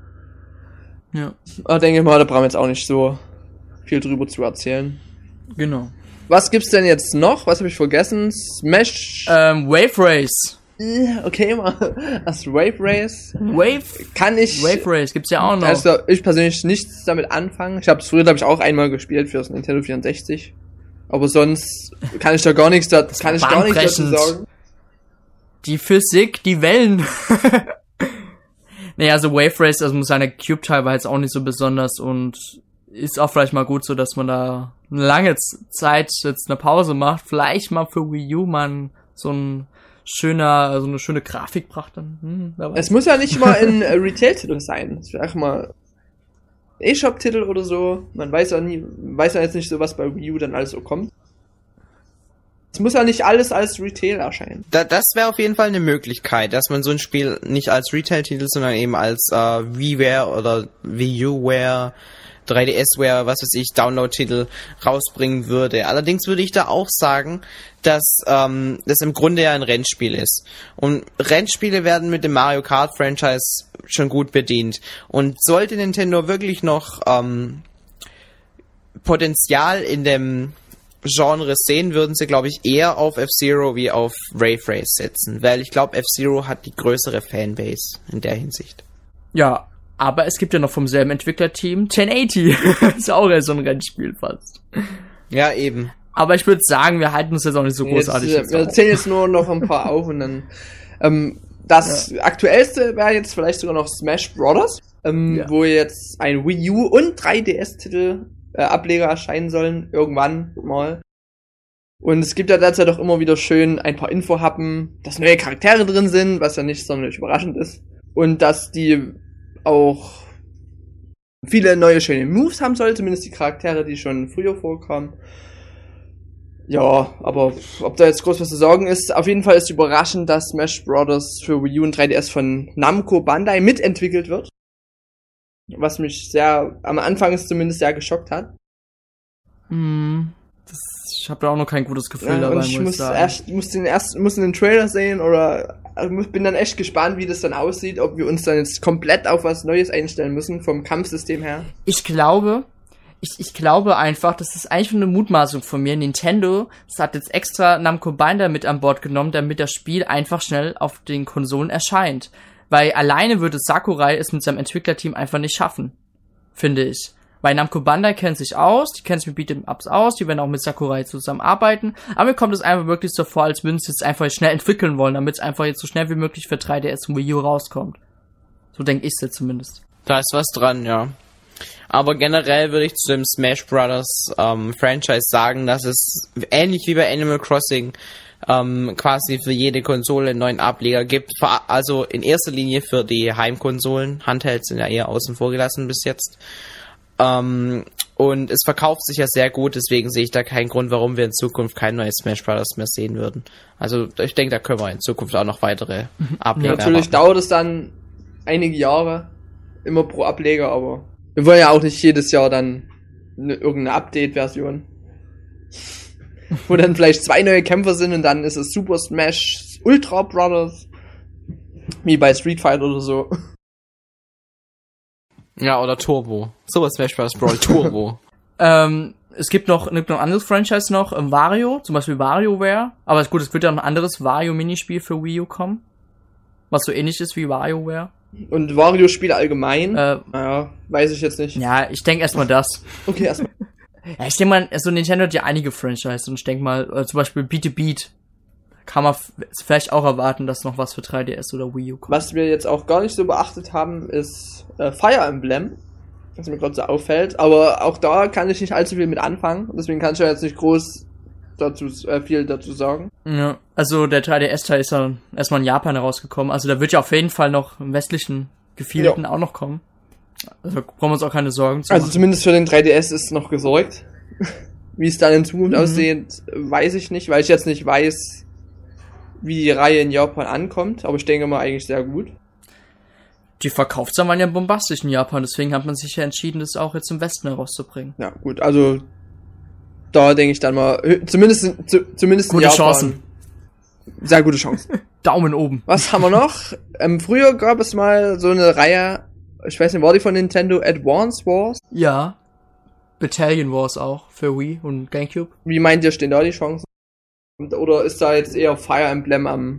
Ja. Aber denke ich mal, da brauchen wir jetzt auch nicht so viel drüber zu erzählen. Genau. Was gibt's denn jetzt noch? Was habe ich vergessen? Smash? Ähm, Wave Race. Okay, mal. Das Wave Race. Wave? Kann ich. Wave Race gibt's ja auch noch. Also, ich persönlich nichts damit anfangen. Ich habe es früher, glaube ich, auch einmal gespielt für das Nintendo vierundsechzig. Aber sonst kann ich da gar nichts, da, das kann ich gar nichts dazu sagen. Die Physik, die Wellen. Nee, also Wave Race, also muss sagen, der Cube-Teil war jetzt auch nicht so besonders und ist auch vielleicht mal gut so, dass man da eine lange Zeit jetzt eine Pause macht. Vielleicht mal für Wii U man so ein schöner, so eine schöne Grafik brachte. Hm, es muss ja nicht mal ein äh, Retail-Titel sein. Es wäre einfach mal E-Shop-Titel oder so. Man weiß ja nie, weiß ja jetzt nicht so, was bei Wii U dann alles so kommt. Es muss ja nicht alles als Retail erscheinen. Da, das wäre auf jeden Fall eine Möglichkeit, dass man so ein Spiel nicht als Retail-Titel, sondern eben als äh, WiiWare oder Wii U-Ware drei D S-Ware, was weiß ich, Download-Titel rausbringen würde. Allerdings würde ich da auch sagen, dass ähm, das im Grunde ja ein Rennspiel ist. Und Rennspiele werden mit dem Mario Kart-Franchise schon gut bedient. Und sollte Nintendo wirklich noch ähm, Potenzial in dem Genre sehen, würden sie, glaube ich, eher auf F-Zero wie auf Wave Race setzen. Weil ich glaube, F-Zero hat die größere Fanbase in der Hinsicht. Ja, aber es gibt ja noch vom selben Entwicklerteam zehn achtzig. Ist auch so ein Rennspiel fast. Ja, eben. Aber ich würde sagen, wir halten uns jetzt auch nicht so großartig. Jetzt, wir zählen jetzt nur noch ein paar auf und dann ähm, das ja. aktuellste wäre jetzt vielleicht sogar noch Smash Brothers, ähm, ja. wo jetzt ein Wii U und drei D S-Titel äh, Ableger erscheinen sollen, irgendwann mal. Und es gibt ja derzeit auch immer wieder schön ein paar Infohappen, dass neue Charaktere drin sind, was ja nicht sonderlich überraschend ist. Und dass die auch viele neue schöne Moves haben soll, zumindest die Charaktere, die schon früher vorkamen. Ja, aber ob da jetzt groß was zu sagen ist, auf jeden Fall ist überraschend, dass Smash Brothers für Wii U und drei D S von Namco Bandai mitentwickelt wird. Was mich sehr, am Anfang ist zumindest sehr geschockt hat. Mm, das, ich habe da auch noch kein gutes Gefühl ja, dabei, und ich muss muss ich sagen. erst, muss den erst, muss den Trailer sehen oder, also bin dann echt gespannt, wie das dann aussieht, ob wir uns dann jetzt komplett auf was Neues einstellen müssen, vom Kampfsystem her. Ich glaube, ich, ich glaube einfach, das ist eigentlich eine Mutmaßung von mir. Nintendo, das hat jetzt extra Namco Bandai mit an Bord genommen, damit das Spiel einfach schnell auf den Konsolen erscheint. Weil alleine würde Sakurai es mit seinem Entwicklerteam einfach nicht schaffen, finde ich. Weil Namco Bandai kennt sich aus, die kennen sich mit Beat'em-Ups aus, die werden auch mit Sakurai zusammenarbeiten, aber mir kommt es einfach wirklich so vor, als würden sie es jetzt einfach schnell entwickeln wollen, damit es einfach jetzt so schnell wie möglich für drei D S und Wii U rauskommt. So denke ich es jetzt zumindest. Da ist was dran, ja. Aber generell würde ich zu dem Smash Brothers ähm, Franchise sagen, dass es ähnlich wie bei Animal Crossing ähm, quasi für jede Konsole einen neuen Ableger gibt. Also in erster Linie für die Heimkonsolen. Handhelds sind ja eher außen vor gelassen bis jetzt. Ähm, und es verkauft sich ja sehr gut, deswegen sehe ich da keinen Grund, warum wir in Zukunft kein neues Smash Brothers mehr sehen würden. Also ich denke, da können wir in Zukunft auch noch weitere Ableger ja, natürlich machen. Dauert es dann einige Jahre, immer pro Ableger, aber wir wollen ja auch nicht jedes Jahr dann eine, irgendeine Update-Version, wo dann vielleicht zwei neue Kämpfer sind und dann ist es Super Smash Ultra Brothers, wie bei Street Fighter oder so. Ja, oder Turbo. Super Smash Bros. Brawl Turbo. ähm, es gibt noch, gibt noch ein anderes Franchise noch, ähm, Wario, zum Beispiel WarioWare. Aber ist gut, es wird ja noch ein anderes Wario-Minispiel für Wii U kommen, was so ähnlich ist wie WarioWare. Und Wario-Spiele allgemein? Äh, naja, weiß ich jetzt nicht. Ja, ich denke erstmal das. Okay, erstmal. Ja, ich denke mal, also Nintendo hat ja einige Franchises und ich denke mal, äh, zum Beispiel Beat the Beat kann man f- vielleicht auch erwarten, dass noch was für drei D S oder Wii U kommt. Was wir jetzt auch gar nicht so beachtet haben, ist äh, Fire Emblem, was mir gerade so auffällt. Aber auch da kann ich nicht allzu viel mit anfangen. Deswegen kann ich ja jetzt nicht groß dazu äh, viel dazu sagen. Ja, also der drei D S-Teil ist ja erstmal in Japan herausgekommen. Also da wird ja auf jeden Fall noch im westlichen Gefilden ja. auch noch kommen. Also brauchen wir uns auch keine Sorgen zu Also machen. zumindest für den drei D S ist noch gesorgt. Wie es dann in Zukunft mhm. aussieht, weiß ich nicht, weil ich jetzt nicht weiß, wie die Reihe in Japan ankommt. Aber ich denke mal eigentlich sehr gut. Die Verkaufszahlen waren ja bombastisch in Japan, deswegen hat man sich ja entschieden, das auch jetzt im Westen herauszubringen. Ja, gut, also da denke ich dann mal, zumindest, zu, zumindest gute in Japan. Chancen. Sehr gute Chancen. Daumen oben. Was haben wir noch? ähm, früher gab es mal so eine Reihe, ich weiß nicht, war die von Nintendo, Advance Wars? Ja. Battalion Wars auch für Wii und GameCube. Wie meint ihr, stehen da die Chancen? Oder ist da jetzt eher Fire Emblem am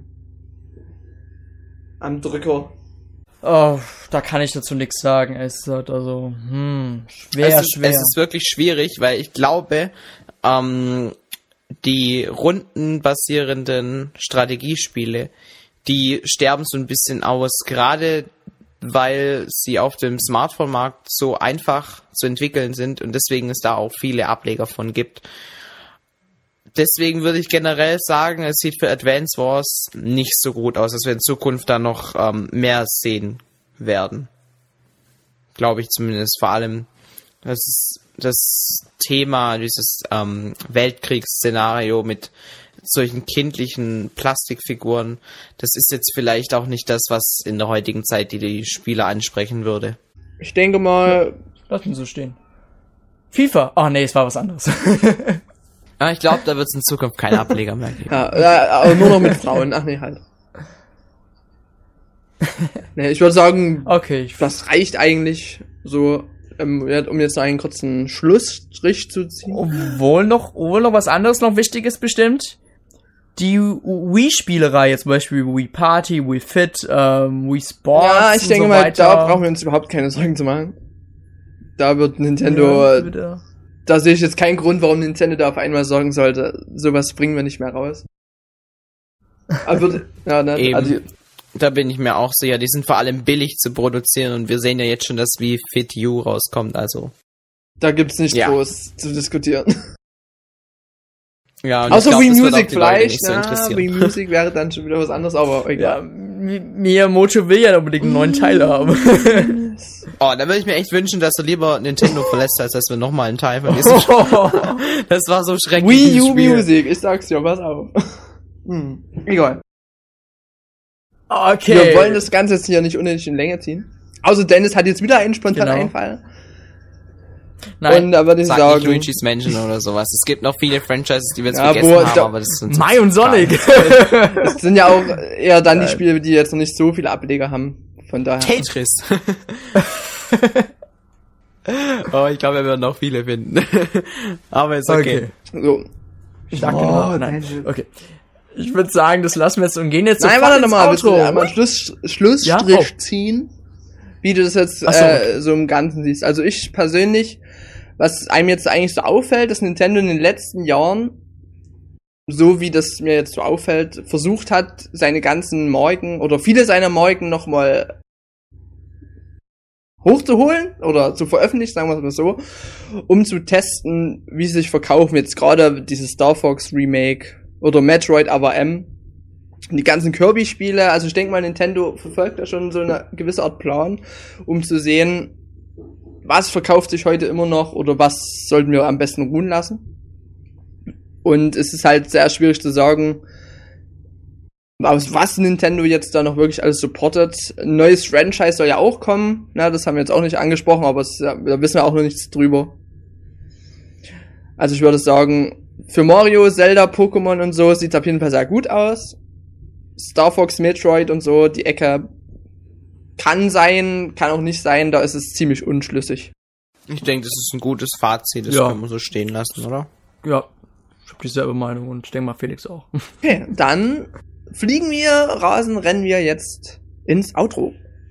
am Drücker? Oh, da kann ich dazu nichts sagen. Es ist halt also, hm, schwer, es ist, schwer. Es ist wirklich schwierig, weil ich glaube, ähm, die rundenbasierenden Strategiespiele, die sterben so ein bisschen aus, gerade weil sie auf dem Smartphone-Markt so einfach zu entwickeln sind und deswegen es da auch viele Ableger von gibt. Deswegen würde ich generell sagen, es sieht für Advance Wars nicht so gut aus, dass wir in Zukunft da noch ähm, mehr sehen werden. Glaube ich zumindest. Vor allem das, das Thema, dieses ähm, Weltkriegsszenario mit solchen kindlichen Plastikfiguren, das ist jetzt vielleicht auch nicht das, was in der heutigen Zeit die, die Spieler ansprechen würde. Ich denke mal, lassen Sie so stehen. FIFA. Oh nee, es war was anderes. Ja, ich glaube, da wird es in Zukunft keine Ableger mehr geben. Ja, ja, aber nur noch mit Frauen. Ach nee, halt. Nee, ich würde sagen, Okay, ich das reicht eigentlich so, ähm, um jetzt noch einen kurzen Schlussstrich zu ziehen. Obwohl noch, obwohl noch was anderes noch wichtig ist bestimmt. Die Wii-Spielereihe, zum Beispiel Wii Party, Wii Fit, ähm, Wii Sports. Ja, ich und denke so mal, weiter. da brauchen wir uns überhaupt keine Sorgen zu machen. Da wird Nintendo, Ja, bitte. da sehe ich jetzt keinen Grund, warum Nintendo da auf einmal sorgen sollte. Sowas bringen wir nicht mehr raus. Aber wird, ja, ne, Eben. also, Da bin ich mir auch sicher. Die sind vor allem billig zu produzieren und wir sehen ja jetzt schon, dass Wii Fit U rauskommt, also. da gibt's nicht Ja. groß zu diskutieren. Ja, und Außer ich glaub, Wii das wird auch Music die Leute vielleicht, nicht so na, interessieren. Wii Music wäre dann schon wieder was anderes, aber Ja, egal. Mi- Miyamoto will ja unbedingt einen neuen Teil haben. Oh, da würde ich mir echt wünschen, dass er lieber Nintendo verlässt, als dass wir nochmal einen Teil von diesem Spiel. Das war so schrecklich. Wii dieses U Spiel. Music, ich sag's dir, pass auf. Hm, egal. Okay. Wir wollen das Ganze jetzt hier nicht unnötig in Länge ziehen. Außer Dennis hat jetzt wieder einen spontanen Genau. Einfall. Nein, Und da würde ich Sag nicht sagen, Luigi's Mansion oder sowas. Es gibt noch viele Franchises, die wir jetzt Ja, vergessen boah, haben, da- aber das sind Mai und Sonic. es sind ja auch eher dann die Spiele, die jetzt noch nicht so viele Ableger haben. Von daher. Tetris. Oh, ich glaube, wir werden noch viele finden. Aber ist okay. Okay. So. Stark Oh, genug. Nein. Dennis. Okay. Ich würde sagen, das lassen wir jetzt und gehen jetzt Nein, sofort warte ins nochmal, willst du Outro. einmal einen Schluss, Schlussstrich Ja? Oh. ziehen? Wie du das jetzt Ach so, äh, so im Ganzen siehst. Also ich persönlich, was einem jetzt eigentlich so auffällt, dass Nintendo in den letzten Jahren, so wie das mir jetzt so auffällt, versucht hat, seine ganzen Marken oder viele seiner Marken nochmal hochzuholen oder zu veröffentlichen, sagen wir es mal so, um zu testen, wie sie sich verkaufen. Jetzt gerade dieses Star Fox Remake oder Metroid Other M. Die ganzen Kirby-Spiele, also ich denke mal, Nintendo verfolgt da schon so eine gewisse Art Plan, um zu sehen, was verkauft sich heute immer noch oder was sollten wir am besten ruhen lassen. Und es ist halt sehr schwierig zu sagen, aus was Nintendo jetzt da noch wirklich alles supportet. Ein neues Franchise soll ja auch kommen, na, das haben wir jetzt auch nicht angesprochen, aber es, da wissen wir auch noch nichts drüber. Also ich würde sagen, für Mario, Zelda, Pokémon und so sieht es auf jeden Fall sehr gut aus. Star Fox, Metroid und so, die Ecke kann sein, kann auch nicht sein, da ist es ziemlich unschlüssig. Ich denke, das ist ein gutes Fazit, das Ja. können wir so stehen lassen, oder? Ja, ich habe dieselbe Meinung und ich denke mal Felix auch. Okay, dann fliegen wir, rasen, rennen wir jetzt ins Outro.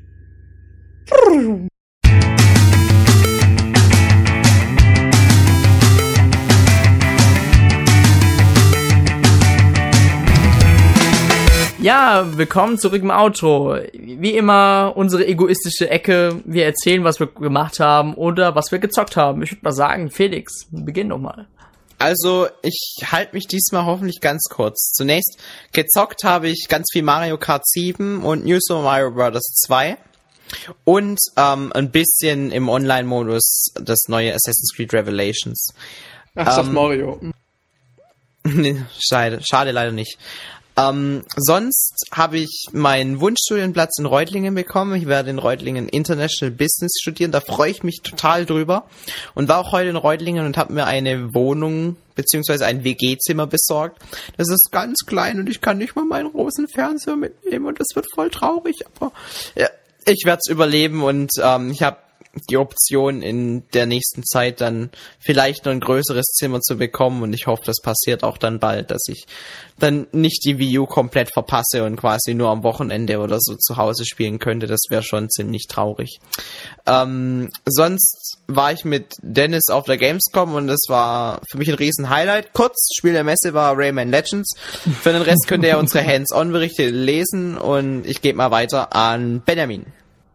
Ja, willkommen zurück im Outro. Wie immer unsere egoistische Ecke. Wir erzählen, was wir gemacht haben oder was wir gezockt haben. Ich würde mal sagen, Felix, beginn doch mal. Also, ich halte mich diesmal hoffentlich ganz kurz. Zunächst, gezockt habe ich ganz viel Mario Kart sieben und New Super Mario Bros. zwei. Und ähm, ein bisschen im Online-Modus das neue Assassin's Creed Revelations. Ach, ich dachte Ähm, Mario. Nee, schade, schade leider nicht. Ähm, sonst habe ich meinen Wunschstudienplatz in Reutlingen bekommen. Ich werde in Reutlingen International Business studieren. Da freue ich mich total drüber. Und war auch heute in Reutlingen und habe mir eine Wohnung beziehungsweise ein W G-Zimmer besorgt. Das ist ganz klein und ich kann nicht mal meinen großen Fernseher mitnehmen und das wird voll traurig. Aber ja, ich werde es überleben und ähm, ich habe die Option in der nächsten Zeit dann vielleicht noch ein größeres Zimmer zu bekommen und ich hoffe, das passiert auch dann bald, dass ich dann nicht die Wii U komplett verpasse und quasi nur am Wochenende oder so zu Hause spielen könnte. Das wäre schon ziemlich traurig. Ähm, sonst war ich mit Dennis auf der Gamescom und das war für mich ein riesen Highlight. Kurz, Spiel der Messe war Rayman Legends. Für den Rest könnt ihr unsere Hands-on-Berichte lesen und ich gebe mal weiter an Benjamin.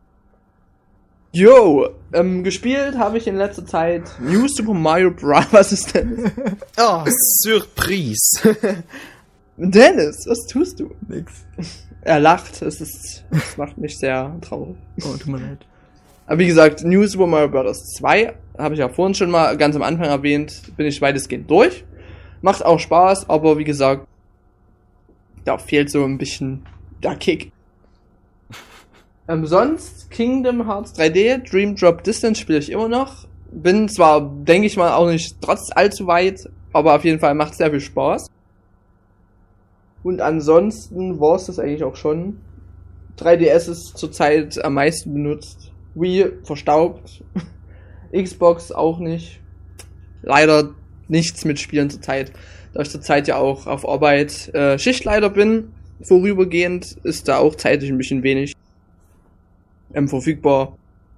Yo, ähm, gespielt habe ich in letzter Zeit New Super Mario Bros. Was ist denn? Oh, Surprise. Dennis, was tust du? Nix. Er lacht, es ist, es macht mich sehr traurig. Oh, tut mir leid. Aber wie gesagt, New Super Mario Bros. zwei, habe ich ja vorhin schon mal ganz am Anfang erwähnt, bin ich weitestgehend durch. Macht auch Spaß, aber wie gesagt, da fehlt so ein bisschen der Kick. Ähm, sonst Kingdom Hearts drei D, Dream Drop Distance spiele ich immer noch. bin zwar, denke ich mal, auch nicht trotz allzu weit, aber auf jeden Fall macht sehr viel Spaß. Und ansonsten war es das eigentlich auch schon. drei D S ist zurzeit am meisten benutzt. Wii verstaubt. Xbox auch nicht. Leider nichts mit Spielen zurzeit. Da ich zurzeit ja auch auf Arbeit äh, Schichtleiter bin, vorübergehend, ist da auch zeitlich ein bisschen wenig ähm, verfügbar.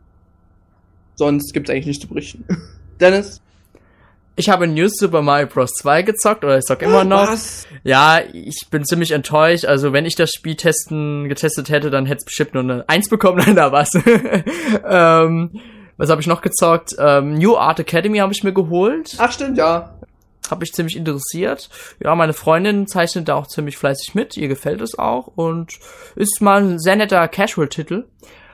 Sonst gibt's eigentlich nichts zu berichten. Dennis? Ich habe New Super Mario Bros. zwei gezockt, oder ich zock immer noch. Was? Ja, ich bin ziemlich enttäuscht. Also, wenn ich das Spiel testen, getestet hätte, dann hätte es bestimmt nur eine eins bekommen, nein, da was. ähm, was habe ich noch gezockt? Ähm, New Art Academy habe ich mir geholt. Ach, stimmt, ja. Habe ich ziemlich interessiert. Ja, meine Freundin zeichnet da auch ziemlich fleißig mit. Ihr gefällt es auch. Und ist mal ein sehr netter Casual-Titel.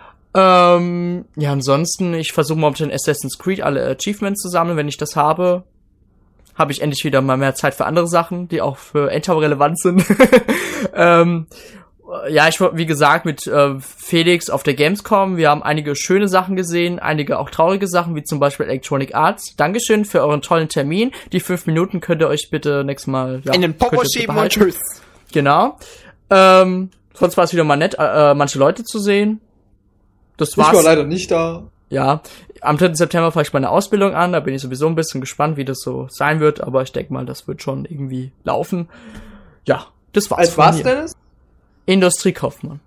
Ähm, ja, ansonsten, ich versuche momentan Assassin's Creed alle Achievements zu sammeln. Wenn ich das habe, habe ich endlich wieder mal mehr Zeit für andere Sachen, die auch für Endtower relevant sind. ähm, ja, ich war, wie gesagt, mit äh, Felix auf der Gamescom. Wir haben einige schöne Sachen gesehen, einige auch traurige Sachen, wie zum Beispiel Electronic Arts. Dankeschön für euren tollen Termin. Die fünf Minuten könnt ihr euch bitte nächstes Mal ja, in den Popo schieben und tschüss. Genau. Ähm, sonst war es wieder mal nett, äh, manche Leute zu sehen. Das war's. Ich war leider nicht da. Ja, am dritten September fange ich meine Ausbildung an, da bin ich sowieso ein bisschen gespannt, wie das so sein wird, aber ich denke mal, das wird schon irgendwie laufen. Ja, das war's. Als von was, mir. Dennis? Industriekaufmann.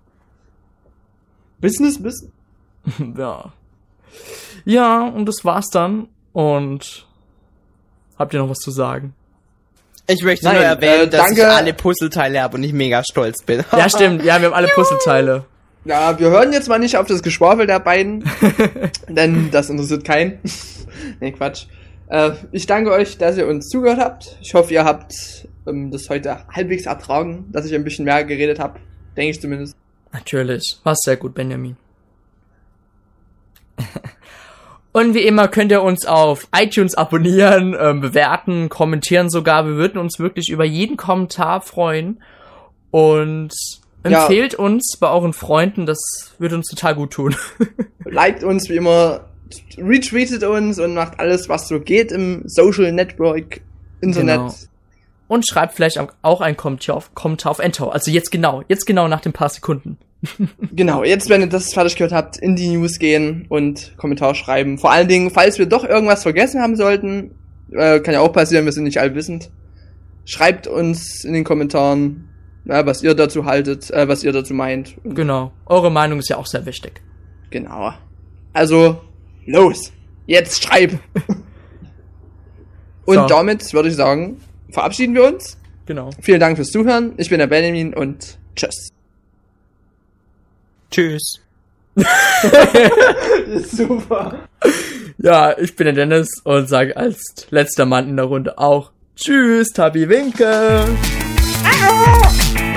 Business, Business? Ja. Ja, und das war's dann. Und habt ihr noch was zu sagen? Ich möchte Nein, nur erwähnen, äh, dass danke. ich alle Puzzleteile habe und ich mega stolz bin. Ja, stimmt. Ja, wir haben alle Puzzleteile. Ja, wir hören jetzt mal nicht auf das Geschwafel der beiden, denn das interessiert keinen. Nee, Quatsch. Äh, ich danke euch, dass ihr uns zugehört habt. Ich hoffe, ihr habt ähm, das heute halbwegs ertragen, dass ich ein bisschen mehr geredet habe. Denke ich zumindest. Natürlich. War's sehr gut, Benjamin. Und wie immer könnt ihr uns auf iTunes abonnieren, ähm, bewerten, kommentieren sogar. Wir würden uns wirklich über jeden Kommentar freuen. Und empfehlt ja. uns bei euren Freunden, das würde uns total gut tun. Liked uns wie immer, retweetet uns und macht alles, was so geht im Social Network, Internet. Genau. Und schreibt vielleicht auch einen Kommentar auf, Kommentar auf Endtower. Also jetzt genau, jetzt genau nach den paar Sekunden. Genau, jetzt, wenn ihr das fertig gehört habt, in die News gehen und Kommentar schreiben. Vor allen Dingen, falls wir doch irgendwas vergessen haben sollten, äh, kann ja auch passieren, wir sind nicht allwissend. Schreibt uns in den Kommentaren, ja, was ihr dazu haltet, äh, was ihr dazu meint. Genau, eure Meinung ist ja auch sehr wichtig. Genau. Also, los, jetzt schreib! Und so. Damit würde ich sagen, verabschieden wir uns. Genau. Vielen Dank fürs Zuhören. Ich bin der Benjamin und tschüss. Tschüss. Super. Ja, ich bin der Dennis und sage als letzter Mann in der Runde auch Tschüss, Tabi Winke. Ah!